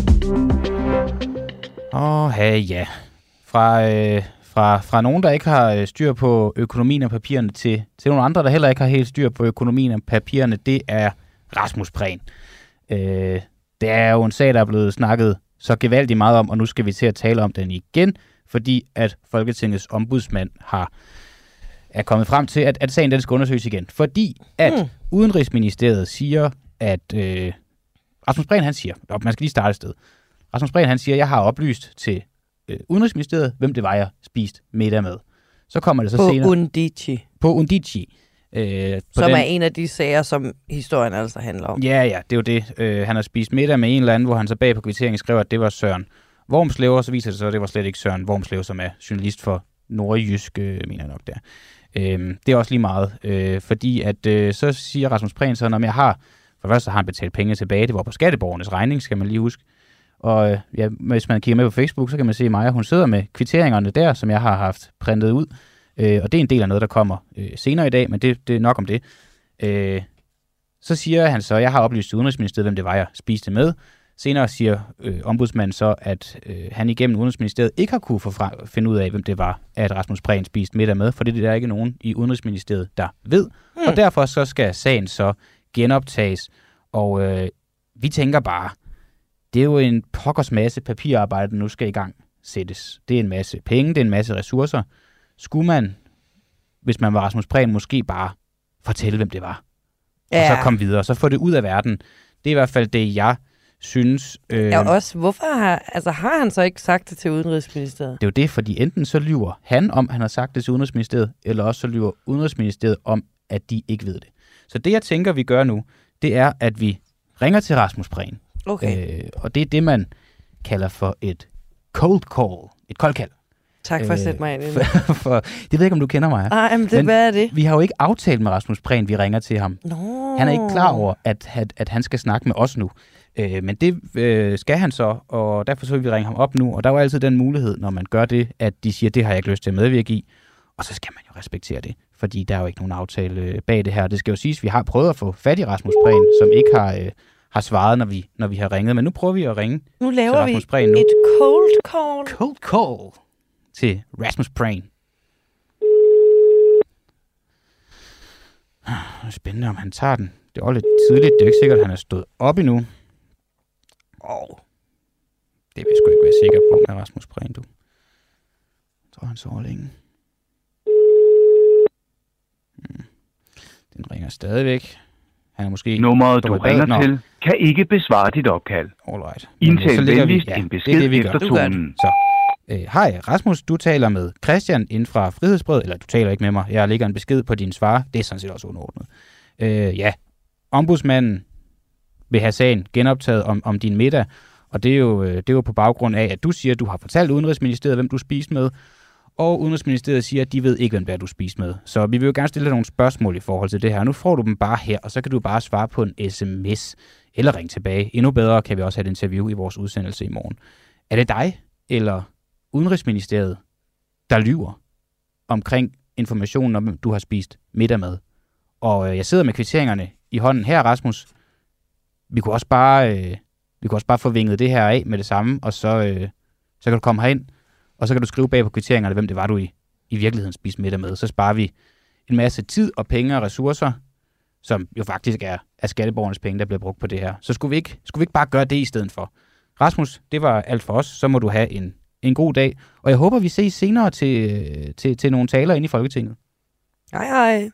Åh, ja. Fra... Øh Fra, fra nogen, der ikke har styr på økonomien og papirerne, til, til nogle andre, der heller ikke har helt styr på økonomien og papirerne, det er Rasmus Prehn. Øh, det er jo en sag, der er blevet snakket så gevaldigt meget om, og nu skal vi til at tale om den igen, fordi at Folketingets ombudsmand har er kommet frem til, at, at sagen den skal undersøges igen. Fordi at mm. Udenrigsministeriet siger, at øh, Rasmus Prehn han siger, og man skal lige starte et sted, Rasmus Prehn han siger, jeg har oplyst til Udenrigsministeriet, hvem det var, jeg spiste middag med. Så kommer det så på senere... Undici. På Undici. Øh, som den... er en af de sager, som historien altså handler om. Ja, ja, det er jo det. Øh, han har spist middag med en eller anden, hvor han så bag på kvitteringen skriver, at det var Søren Wormslev, og så viser det sig, at det var slet ikke Søren Wormslev, som er journalist for Nordjysk, øh, mener jeg nok der. Øh, det er også lige meget, øh, fordi at øh, så siger Rasmus Prehn så, når jeg har, for først så har han betalt penge tilbage, det var på skatteborgernes regning, skal man lige huske. Og ja, hvis man kigger med på Facebook, så kan man se Maja, hun sidder med kvitteringerne der, som jeg har haft printet ud. Øh, og det er en del af noget, der kommer øh, senere i dag, men det, det er nok om det. Øh, så siger han så, jeg har oplyst til Udenrigsministeriet, hvem det var, jeg spiste med. Senere siger øh, ombudsmanden så, at øh, han igennem Udenrigsministeriet ikke har kunne få fra, finde ud af, hvem det var, at Rasmus Prehn spiste middag med, for det er der ikke nogen i Udenrigsministeriet, der ved. Hmm. Og derfor så skal sagen så genoptages, og øh, vi tænker bare, det er jo en pokkers masse papirarbejde, der nu skal i gang sættes. Det er en masse penge, det er en masse ressourcer. Skulle man, hvis man var Rasmus Prehn, måske bare fortælle, hvem det var? Ja. Og så komme videre, så få det ud af verden. Det er i hvert fald det, jeg synes. Øh, ja, også, hvorfor har, altså, har han så ikke sagt det til Udenrigsministeriet? Det er jo det, fordi enten så lyver han om, han har sagt det til Udenrigsministeriet, eller også så lyver Udenrigsministeriet om, at de ikke ved det. Så det, jeg tænker, vi gør nu, det er, at vi ringer til Rasmus Prehn. Okay. Øh, og det er det, man kalder for et cold call. Et koldkald. Tak for at sætte mig ind i det. For, for, det ved jeg ikke, om du kender mig. Nej, men, det, men hvad er det? Vi har jo ikke aftalt med Rasmus Prehn, vi ringer til ham. Nå. Han er ikke klar over, at, at, at han skal snakke med os nu. Øh, men det øh, skal han så, og derfor så vil vi ringe ham op nu. Og der er jo altid den mulighed, når man gør det, at de siger, det har jeg ikke lyst til at medvirke i. Og så skal man jo respektere det, fordi der er jo ikke nogen aftale bag det her. Det skal jo siges, at vi har prøvet at få fat i Rasmus Prehn, som ikke har... Øh, har svaret, når vi, når vi har ringet. Men nu prøver vi at ringe nu laver til Rasmus Prehn. Nu laver vi et cold call. Cold call til Rasmus Prehn. Spændende, om han tager den. Det er lidt tidligt. Det er ikke sikkert, at han er stået op endnu. Åh. Oh. Det vil jeg sgu ikke være sikker på med Rasmus Prehn, du. Jeg tror, han sover længe. Hmm. Den ringer stadigvæk. Han er måske nummeret, du ringer Nå. til, kan ikke besvare dit opkald. Alright. Indtal venligst ja, en besked det, det, efter tonen. Så, øh, hej Rasmus, du taler med Christian inden fra Frihedsbrevet, eller du taler ikke med mig, jeg lægger en besked på din svar, det er sådan set også underordnet. Øh, ja, ombudsmanden vil have sagen genoptaget om, om din middag, og det er, jo, det er jo på baggrund af, at du siger, at du har fortalt Udenrigsministeriet, hvem du spiste med, og Udenrigsministeriet siger, at de ved ikke, hvem det er, du spiser med. Så vi vil jo gerne stille dig nogle spørgsmål i forhold til det her. Nu får du dem bare her, og så kan du bare svare på en sms eller ringe tilbage. Endnu bedre kan vi også have et interview i vores udsendelse i morgen. Er det dig eller Udenrigsministeriet, der lyver omkring informationen om, du har spist middag med? Og øh, jeg sidder med kvitteringerne i hånden her, Rasmus. Vi kunne også bare, øh, vi kunne også bare få vinget det her af med det samme, og så, øh, så kan du komme herind, og så kan du skrive bag på kvitteringerne, hvem det var, du i, i virkeligheden spiste middag med. Så sparer vi en masse tid og penge og ressourcer, som jo faktisk er, er skatteborgernes penge, der bliver brugt på det her. Så skulle vi, ikke, skulle vi ikke bare gøre det i stedet for? Rasmus, det var alt for os. Så må du have en, en god dag. Og jeg håber, vi ses senere til, til, til nogle taler inde i Folketinget. Hej hej.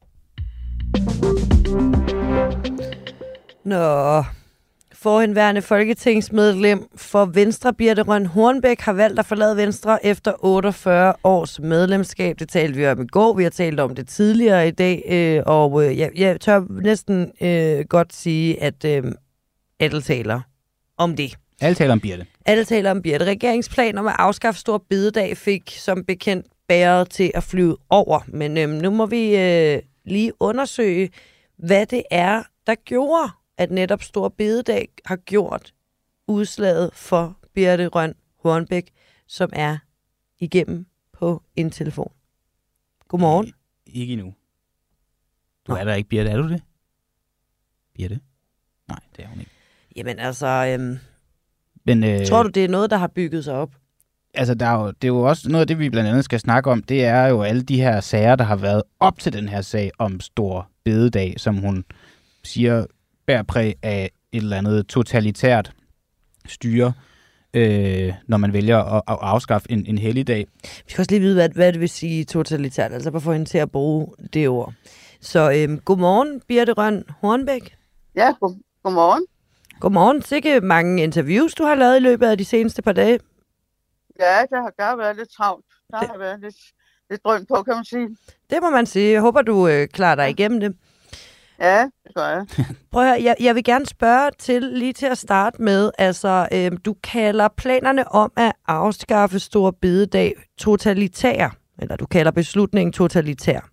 Nå, forhenværende folketingsmedlem for Venstre, Birthe Rønn Hornbech, har valgt at forlade Venstre efter otteogfyrre års medlemskab. Det talte vi om i går, vi har talt om det tidligere i dag, øh, og øh, jeg, jeg tør næsten øh, godt sige, at øh, alle taler om det. Alle taler om Birthe. Alle taler om Birthe. Regeringsplan om at afskaffe stor bededag fik som bekendt bæret til at flyve over, men øh, nu må vi øh, lige undersøge, hvad det er, der gjorde, at netop stor bededag har gjort udslaget for Birthe Rønn Hornbech, som er igennem på en telefon. Godmorgen. Ikke endnu. Du Nå. er der ikke, Birthe, er du det? Birthe? Nej, det er hun ikke. Jamen altså, øhm, Men, øh, tror du, det er noget, der har bygget sig op? Altså, der er jo, det er jo også noget af det, vi blandt andet skal snakke om, det er jo alle de her sager, der har været op til den her sag om stor bededag, som hun siger bærer præg af et eller andet totalitært styre, øh, når man vælger at, at afskaffe en, en helligdag. Vi skal også lige vide, hvad, hvad det vil sige totalitært, altså bare få hende til at bruge det ord. Så øhm, godmorgen, Birthe Rønn Hornbech. Ja, god, godmorgen. Godmorgen. Sikke mange interviews, du har lavet i løbet af de seneste par dage. Ja, der har, der har været lidt travlt. Der det. har været lidt, lidt drøn på, kan man sige. Det må man sige. Jeg håber, du øh, klarer dig igennem det. Ja, det gør jeg. Prøv at høre, jeg, jeg vil gerne spørge til, lige til at starte med, altså, øh, du kalder planerne om at afskaffe stor bededag totalitær, eller du kalder beslutningen totalitær.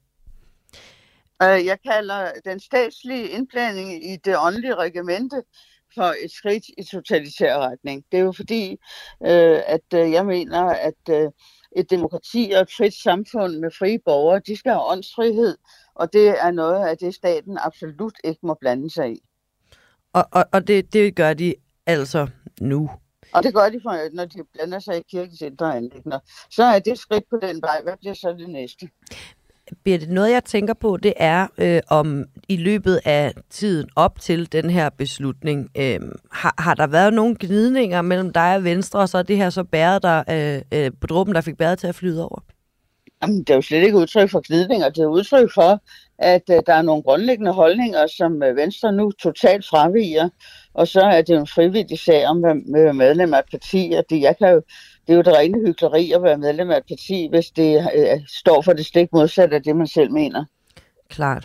Uh, jeg kalder den statslige indblanding i det åndelige regimente for et skridt i totalitær retning. Det er jo fordi, øh, at øh, jeg mener, at øh, et demokrati og et frit samfund med frie borgere, de skal have åndsfrihed, og det er noget af det, staten absolut ikke må blande sig i. Og, og, og det, det gør de altså nu? Og det gør de, for, når de blander sig i kirkens indre anliggender. Så er det skridt på den vej. Hvad bliver så det næste? Birthe, noget jeg tænker på, det er, øh, om i løbet af tiden op til den her beslutning, øh, har, har der været nogle gnidninger mellem dig og Venstre, og så er det her så bæret der, øh, øh, på dråben, der fik bæret til at flyde over? Jamen, det er jo slet ikke udtryk for gnidninger. Det er udtryk for, at øh, der er nogle grundlæggende holdninger, som øh, Venstre nu totalt fraviger, og så er det en frivillig sag om at være medlem af et parti, og det, jeg kan jo Det er jo det rene hykleri at være medlem af et parti, hvis det øh, står for det stik modsatte af det, man selv mener. Klart.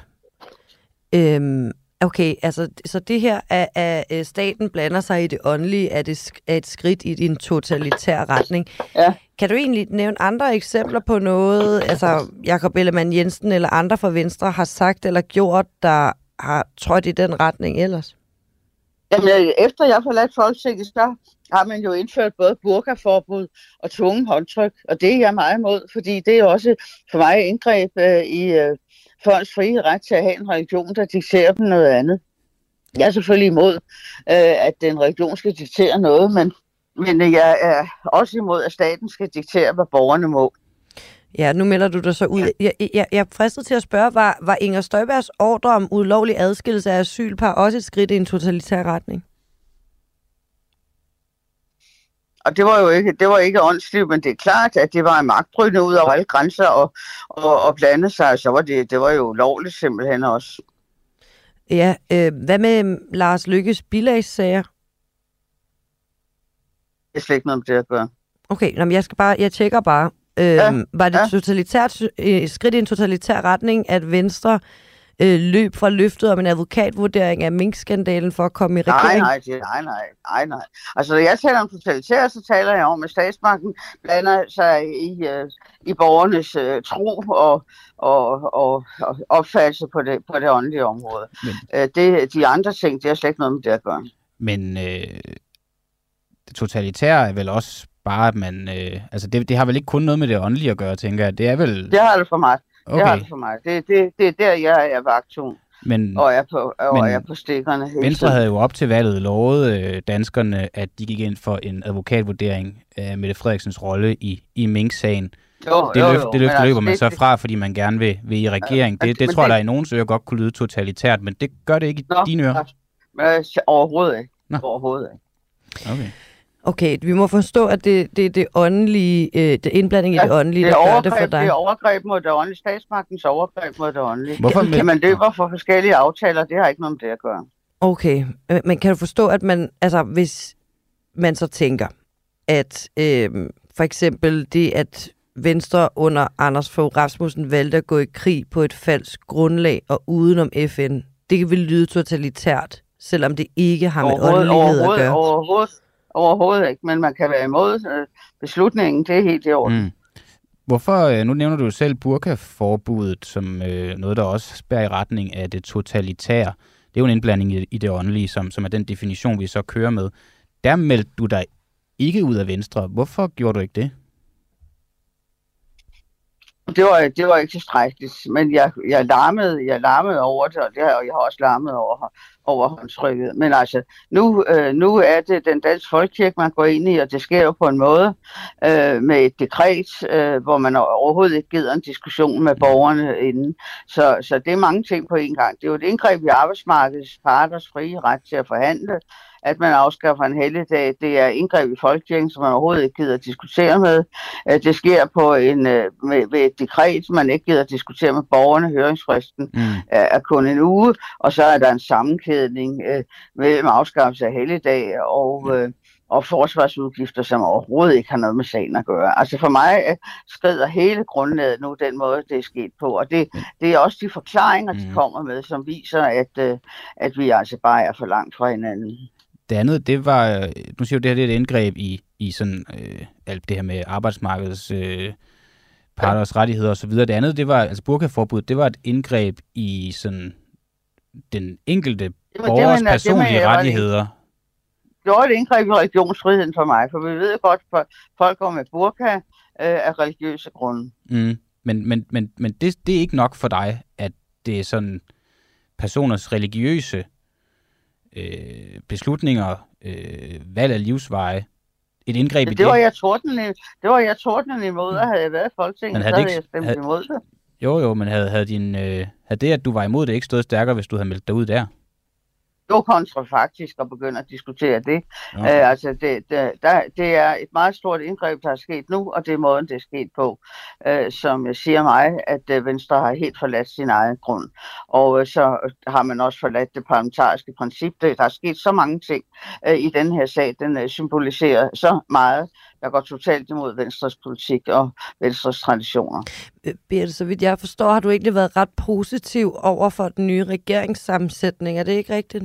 Øhm, okay, altså, så det her, at, at staten blander sig i det åndelige, er, det, er et skridt i din totalitær retning. Ja. Kan du egentlig nævne andre eksempler på noget, altså Jakob Ellemann-Jensen eller andre fra Venstre har sagt eller gjort, der har trådt i den retning ellers? Jamen, efter jeg forladt Folketinget, så har man jo indført både burkaforbud og tvungen håndtryk, og det er jeg meget imod, fordi det er også for mig indgreb øh, i øh, folks frie ret til at have en religion, der dikterer dem noget andet. Jeg er selvfølgelig imod, øh, at den religion skal diktere noget, men, men jeg er også imod, at staten skal diktere, hvad borgerne må. Ja, nu melder du dig så ud. Jeg, jeg, jeg er fristet til at spørge, var, var Inger Støjbergs ordre om ulovlig adskillelse af asylpar også et skridt i en totalitær retning? Og det var jo ikke, det var ikke åndsligt, men det er klart, at det var en magtbrydende ud over alle grænser og, og, og blande sig, så var det, det var jo ulovligt simpelthen også. Ja, øh, hvad med Lars Løkkes bilagssager? Det er slet ikke noget med det at gøre. Okay, nå, men jeg skal bare, jeg tjekker bare. Øh, ja, var det ja. totalitært, øh, skridt i en totalitær retning, at Venstre øh, løb fra løftet om en advokatvurdering af minkskandalen for at komme i regering? Nej, nej, det, nej, nej, nej, nej. Altså, når jeg taler om totalitær, så taler jeg om, at statsmagten blander sig i, øh, i borgernes øh, tro og, og, og, og opfattelse på det, på det åndelige område. Men, øh, det, de andre ting, det er slet ikke noget med det at gøre. Men øh, det totalitære er vel også bare, at man... Øh, altså, det, det har vel ikke kun noget med det åndelige at gøre, tænker jeg. Det er vel... Det har det for mig. Okay. Det har det for mig. Det, det, det er der, jeg er vagthund. Men, og er på, og men er på stikkerne. Venstre havde jo op til valget lovet øh, danskerne, at de gik ind for en advokatvurdering af Mette Frederiksens rolle i, i Mink-sagen. Jo, det jo, løft, jo, det løfte altså, løber man det, så fra, fordi man gerne vil, vil i regering. Det, det tror jeg, der i nogens ører godt kunne lyde totalitært, men det gør det ikke i Nå, dine ører. Øh, overhovedet ikke. Nå. Overhovedet ikke. Okay. Okay, vi må forstå, at det, det, det åndelige, øh, det indblanding i ja, det åndelige, det der gør det for dig. Det er overgreb mod det åndelige, statsmagtens overgreb mod det åndelige. Hvorfor med... Kan man løber for forskellige aftaler, det har ikke noget med det at gøre. Okay, men kan du forstå, at man, altså hvis man så tænker, at øh, for eksempel det, at Venstre under Anders Fogh Rasmussen valgte at gå i krig på et falsk grundlag og udenom F N, det vil lyde totalitært, selvom det ikke har med åndelighed at gøre. Overhovedet, overhovedet ikke, men man kan være imod øh, beslutningen, det er helt i orden. Mm. Hvorfor, nu nævner du selv burkaforbuddet som øh, noget, der også spærer i retning af det totalitære. Det er jo en indblanding i, i det åndelige, som, som er den definition, vi så kører med. Der meldte du dig ikke ud af Venstre. Hvorfor gjorde du ikke det? Det var, det var ikke tilstrækkeligt, men jeg, jeg, larmede, jeg larmede over det, og det har, jeg har også larmet over, over håndtrykket. Men altså, nu, øh, nu er det den danske folkekirke, man går ind i, og det sker jo på en måde øh, med et dekret, øh, hvor man overhovedet ikke gider en diskussion med borgerne inden. Så, så det er mange ting på en gang. Det er jo et indgreb i arbejdsmarkedets parters frie ret til at forhandle, at man afskaffer en helligdag. Det er indgreb i folkekirken, som man overhovedet ikke gider at diskutere med. Det sker på en, med, med et dekret, som man ikke gider at diskutere med borgerne. Høringsfristen mm. er kun en uge, og så er der en sammenkædning øh, mellem afskaffelse af helligdag og, øh, og forsvarsudgifter, som overhovedet ikke har noget med sagen at gøre. Altså for mig øh, skrider hele grundlaget nu den måde, det er sket på, og det, det er også de forklaringer, de kommer med, som viser, at, øh, at vi altså bare er for langt fra hinanden. Det andet, det var, nu siger du, det her det er et indgreb i, i sådan, øh, alt det her med arbejdsmarkedets øh, parters ja. rettigheder og så videre. Det andet, det var, altså burkaforbud, det var et indgreb i sådan den enkelte borgers det, personlige det, rettigheder. Det var et indgreb i religionsfriheden for mig, for vi ved godt, at folk går med burka øh, af religiøse grunde. Mm. Men, men, men, men det, det er ikke nok for dig, at det er sådan personers religiøse Øh, beslutninger, øh, valg af livsveje, et indgreb ja, i det. Det var jeg tordnende, det var jeg tordnende imod, og havde jeg været i Folketinget, så havde ikke, jeg stemt havde, imod det. Jo, jo, men havde, havde, din, øh, havde det, at du var imod det, ikke stået stærkere, hvis du havde meldt dig ud der? Jo, kontrafaktisk at begynde at diskutere det. Okay. Øh, altså, det, det, der, det er et meget stort indgreb, der er sket nu, og det er måden, det er sket på, øh, som siger mig, at øh, Venstre har helt forladt sin egen grund. Og øh, så har man også forladt det parlamentariske princip. Der er sket så mange ting øh, i den her sag. Den øh, symboliserer så meget, der går totalt imod Venstres politik og Venstres traditioner. Birte, så vidt jeg forstår, har du egentlig været ret positiv over for den nye regeringssammensætning. Er det ikke rigtigt?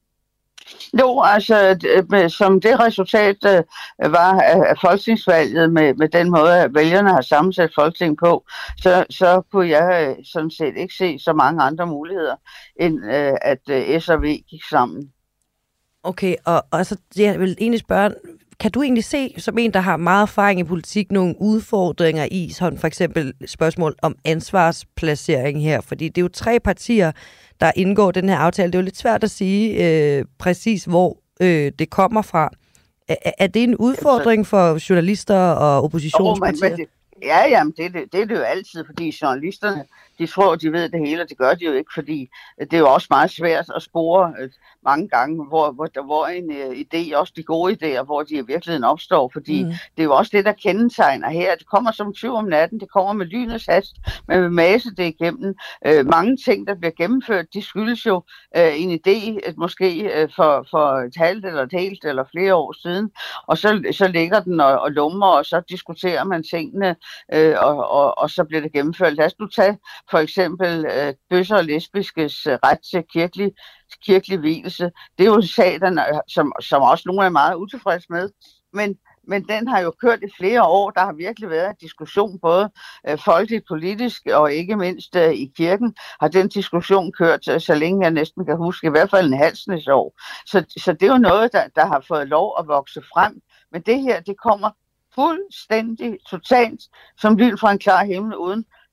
Jo, altså som det resultat øh, var af folketingsvalget med, med den måde, at vælgerne har sammensat Folketing på, så, så kunne jeg øh, sådan set ikke se så mange andre muligheder, end øh, at øh, S og V gik sammen. Okay, og, og så jeg vil egentlig spørge, kan du egentlig se, som en, der har meget erfaring i politik, nogle udfordringer i, sådan for eksempel spørgsmål om ansvarsplacering her? Fordi det er jo tre partier, der indgår den her aftale. Det er jo lidt svært at sige øh, præcis, hvor øh, det kommer fra. Er, er det en udfordring for journalister og oppositionspartier? Oh, ja, jamen, det, det, det er det jo altid, fordi journalisterne, de tror, de ved det hele, og det gør de jo ikke, fordi det er jo også meget svært at spore øh, mange gange, hvor, hvor, hvor en øh, idé, også de gode idéer, hvor de i virkeligheden opstår, fordi mm. det er jo også det, der kendetegner her. Det kommer som tyv om natten, det kommer med lynets hast, man vil mase det igennem. Øh, mange ting, der bliver gennemført, de skyldes jo øh, en idé, at måske øh, for, for et halvt eller et helt eller flere år siden, og så, så ligger den og, og lummer, og så diskuterer man tingene, øh, og, og, og så bliver det gennemført. Lad os nu tage for eksempel øh, bøsser og lesbiskes øh, ret til kirkelig, kirkelig vielse. Det er jo en sag, der, som, som også nogle er meget utilfredse med, men, men den har jo kørt i flere år. Der har virkelig været en diskussion, både øh, folkeligt, politisk og ikke mindst øh, i kirken, har den diskussion kørt, øh, så længe jeg næsten kan huske, i hvert fald en halsnes år. Så, så det er jo noget, der, der har fået lov at vokse frem, men det her, det kommer fuldstændig, totalt, som lyn fra en klar himmel, uden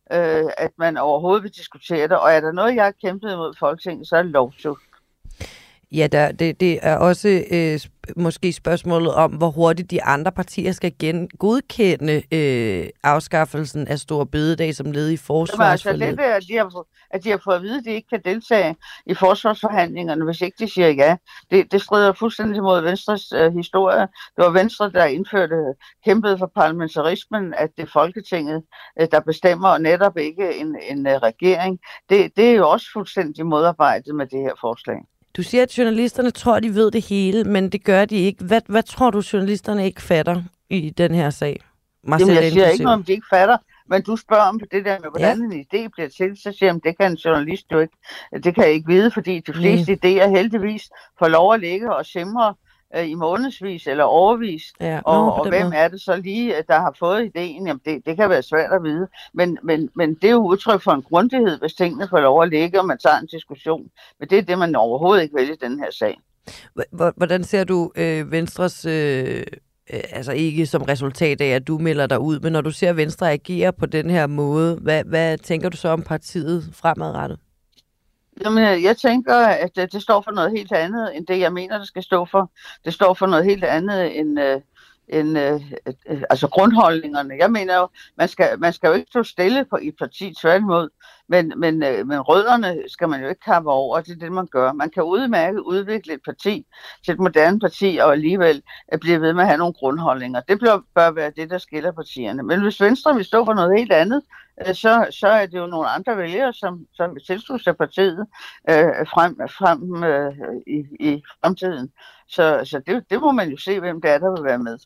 øh, at man overhovedet vil diskutere det. Og er der noget, jeg har kæmpet imod Folketinget, så er det lovsjusk. Ja, der, det, det er også øh, måske spørgsmålet om, hvor hurtigt de andre partier skal gen- godkende øh, afskaffelsen af store bededag som led i forsvarsforliget. Altså, det er, at de, har, at de har fået at vide, at de ikke kan deltage i forsvarsforhandlingerne, hvis ikke de siger ja. Det, det strider fuldstændig mod Venstres øh, historie. Det var Venstre, der indførte, kæmpede for parlamentarismen, at det er Folketinget, øh, der bestemmer, og netop ikke en, en øh, regering. Det, det er jo også fuldstændig modarbejdet med det her forslag. Du siger, at journalisterne tror, at de ved det hele, men det gør de ikke. Hvad, hvad tror du, journalisterne ikke fatter i den her sag? Marcel, Jamen, jeg siger ikke noget, om de ikke fatter, men du spørger om det der med, hvordan ja. en idé bliver til, så siger jeg, det kan en journalist jo ikke. Det kan jeg ikke vide, fordi de fleste mm. idéer heldigvis får lov at ligge og simre øh, i månedsvis eller overvis. Ja, og, og hvem måde. er det så lige, der har fået idéen? Jamen, det, det kan være svært at vide. Men, men, men det er jo udtryk for en grundighed, hvis tingene får lov at ligge, og man tager en diskussion. Men det er det, man overhovedet ikke vælger i den her sag. Hvordan ser du øh, Venstres... Øh altså ikke som resultat af, at du melder dig ud, men når du ser Venstre agere på den her måde, hvad, hvad tænker du så om partiet fremadrettet? Jamen, jeg tænker, at det, det står for noget helt andet, end det, jeg mener, det skal stå for. Det står for noget helt andet end, øh, end øh, øh, altså grundholdningerne. Jeg mener jo, man skal, man skal jo ikke stå stille på, i et parti, tværtimod, men, men, øh, men rødderne skal man jo ikke kappe over, og det er det, man gør. Man kan udmærket udvikle et parti til et moderne parti, og alligevel blive ved med at have nogle grundholdninger. Det bør, bør være det, der skiller partierne. Men hvis Venstre vil stå for noget helt andet, øh, så, så er det jo nogle andre vælgere, som, som tilslutter sig partiet øh, frem, frem øh, i, i fremtiden. Så, så det, det må man jo se, hvem det er, der vil være med.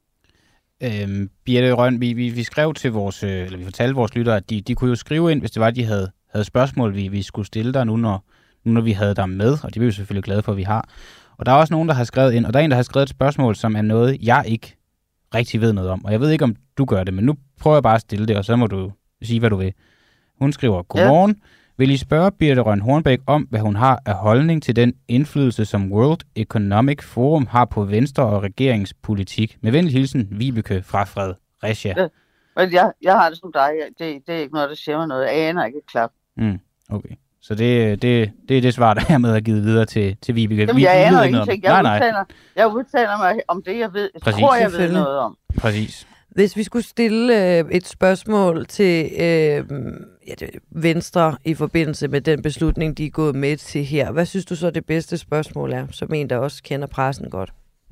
Øhm, Birthe Rønn, vi, vi, vi skrev til vores, eller vi fortalte vores lyttere, at de, de kunne jo skrive ind, hvis det var, at de havde, havde spørgsmål, vi, vi skulle stille dig nu når, nu, når vi havde dig med, og det er vi jo selvfølgelig glade for, at vi har. Og der er også nogen, der har skrevet ind, og der er en, der har skrevet et spørgsmål, som er noget, jeg ikke rigtig ved noget om. Og jeg ved ikke, om du gør det, men nu prøver jeg bare at stille det, og så må du sige, hvad du vil. Hun skriver, godmorgen. Ja. Vil I spørge Birthe Rønn Hornbech om, hvad hun har af holdning til den indflydelse, som World Economic Forum har på Venstre og regeringspolitik? Med venlig hilsen, Vibeke fra Fredericia. Ja, men jeg, jeg har det som dig. Det, det er ikke noget, der siger mig noget. Jeg aner ikke et klap. Mm, okay. Så det, det, det er det svar, der er med at give videre til, til Vibeke. Jamen, jeg aner ingenting. Jeg, nej, udtaler, nej. jeg udtaler mig om det, jeg ved. Jeg Præcis. tror, jeg ved noget om. Præcis. Hvis vi skulle stille øh, et spørgsmål til øh, ja, det, Venstre i forbindelse med den beslutning, de er gået med til her, hvad synes du så det bedste spørgsmål er, som en, der også kender pressen godt?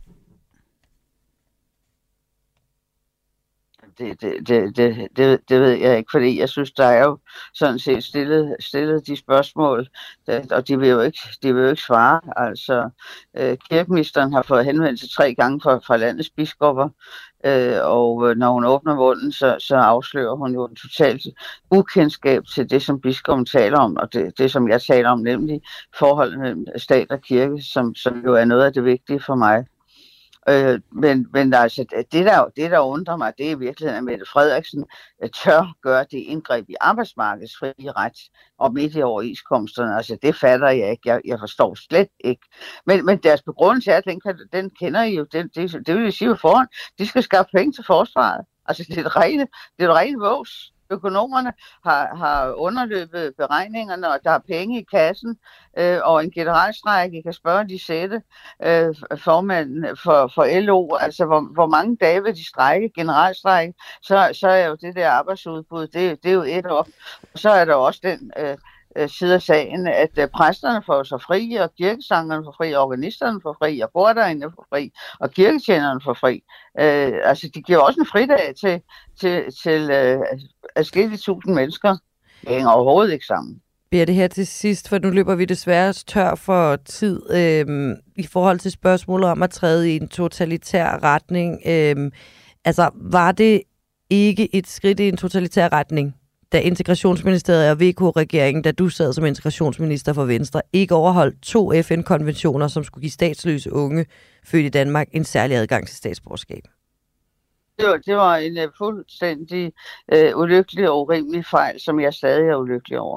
Det, det, det, det, det, det ved jeg ikke, fordi jeg synes, der er jo sådan set stillet, stillet de spørgsmål, der, og de vil, jo ikke, de vil jo ikke svare. Altså, øh, kirkeministeren har fået henvendelse tre gange fra, fra landets biskopper, øh, og når hun åbner munden, så, så afslører hun jo en totalt ukendskab til det, som biskoppen taler om, og det, det som jeg taler om, nemlig forholdet mellem stat og kirke, som, som jo er noget af det vigtige for mig. Øh, men, men altså, det der, det der undrer mig, det er i virkeligheden, at Mette Frederiksen tør gøre det indgreb i arbejdsmarkedets frie ret og midt i overenskomsterne. Altså, det fatter jeg ikke. Jeg, jeg forstår slet ikke. Men, men deres begrundelse er, at den, kan, den kender I jo. Den, det, det vil jeg sige på forhånd. De skal skaffe penge til forsvaret. Altså, det er det rene, det er det rene vås. Økonomerne har, har underløbet beregningerne, og der er penge i kassen, øh, og en generalstrejke, I kan spørge de sætte øh, formanden for, for L O, altså hvor, hvor mange dage vil de strække, generalstrejke, så, så er jo det der arbejdsudbud, det, det er jo et op. Og så er der også den øh, side af sagen, at øh, præsterne får så fri, og kirkesangerne får fri, og organisterne får fri, og borderinde får fri, og kirketjenerne får fri. Øh, altså, de giver også en fridag til, til, til øh, adskillige tusind mennesker. Det hænger overhovedet ikke sammen. Bliver det her til sidst, for nu løber vi desværre tør for tid, øh, i forhold til spørgsmålet om at træde i en totalitær retning. Øh, altså, var det ikke et skridt i en totalitær retning, da Integrationsministeriet og V K-regeringen, da du sad som integrationsminister for Venstre, ikke overholdt to F N-konventioner, som skulle give statsløse unge født i Danmark en særlig adgang til statsborgerskab? Det var, det var en uh, fuldstændig uh, ulykkelig og urimelig fejl, som jeg stadig er ulykkelig over.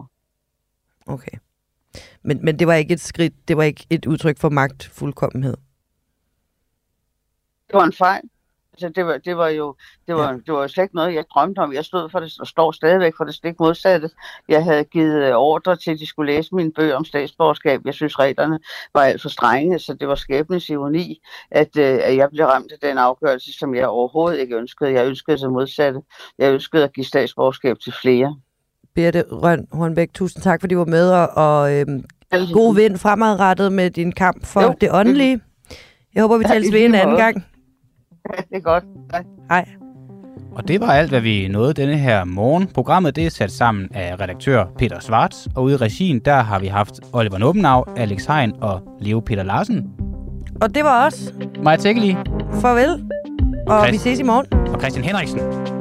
Okay. Men, men det var ikke et skridt, det var ikke et udtryk for magtfuldkommenhed? Det var en fejl. Altså, det var, det var jo det var, ja. det var jo slet ikke noget, jeg drømte om. Jeg stod for det, og står stadigvæk for det stik modsatte. Jeg havde givet ordre til, at de skulle læse mine bøger om statsborgerskab. Jeg synes, reglerne var alt for strenge, så det var skæbnens ironi, at, at jeg blev ramt af den afgørelse, som jeg overhovedet ikke ønskede. Jeg ønskede det modsatte. Jeg ønskede at give statsborgerskab til flere. Birthe Rønn Hornbech, tusind tak, fordi du var med, og, og øhm, god vind fremadrettet med din kamp for jo, det åndelige. Jeg håber, vi ja, tales ved en anden gang. Ja, det er godt. Hej. Hej. Og det var alt, hvad vi nåede denne her morgen. Programmet det er sat sammen af redaktør Peter Schwartz, og ude i regien, der har vi haft Oliver Nubbenau, Alex Hein og Leo Peter Larsen. Og det var os. Maja Tækkeli. Farvel. Og Christ- vi ses i morgen. Og Christian Henriksen.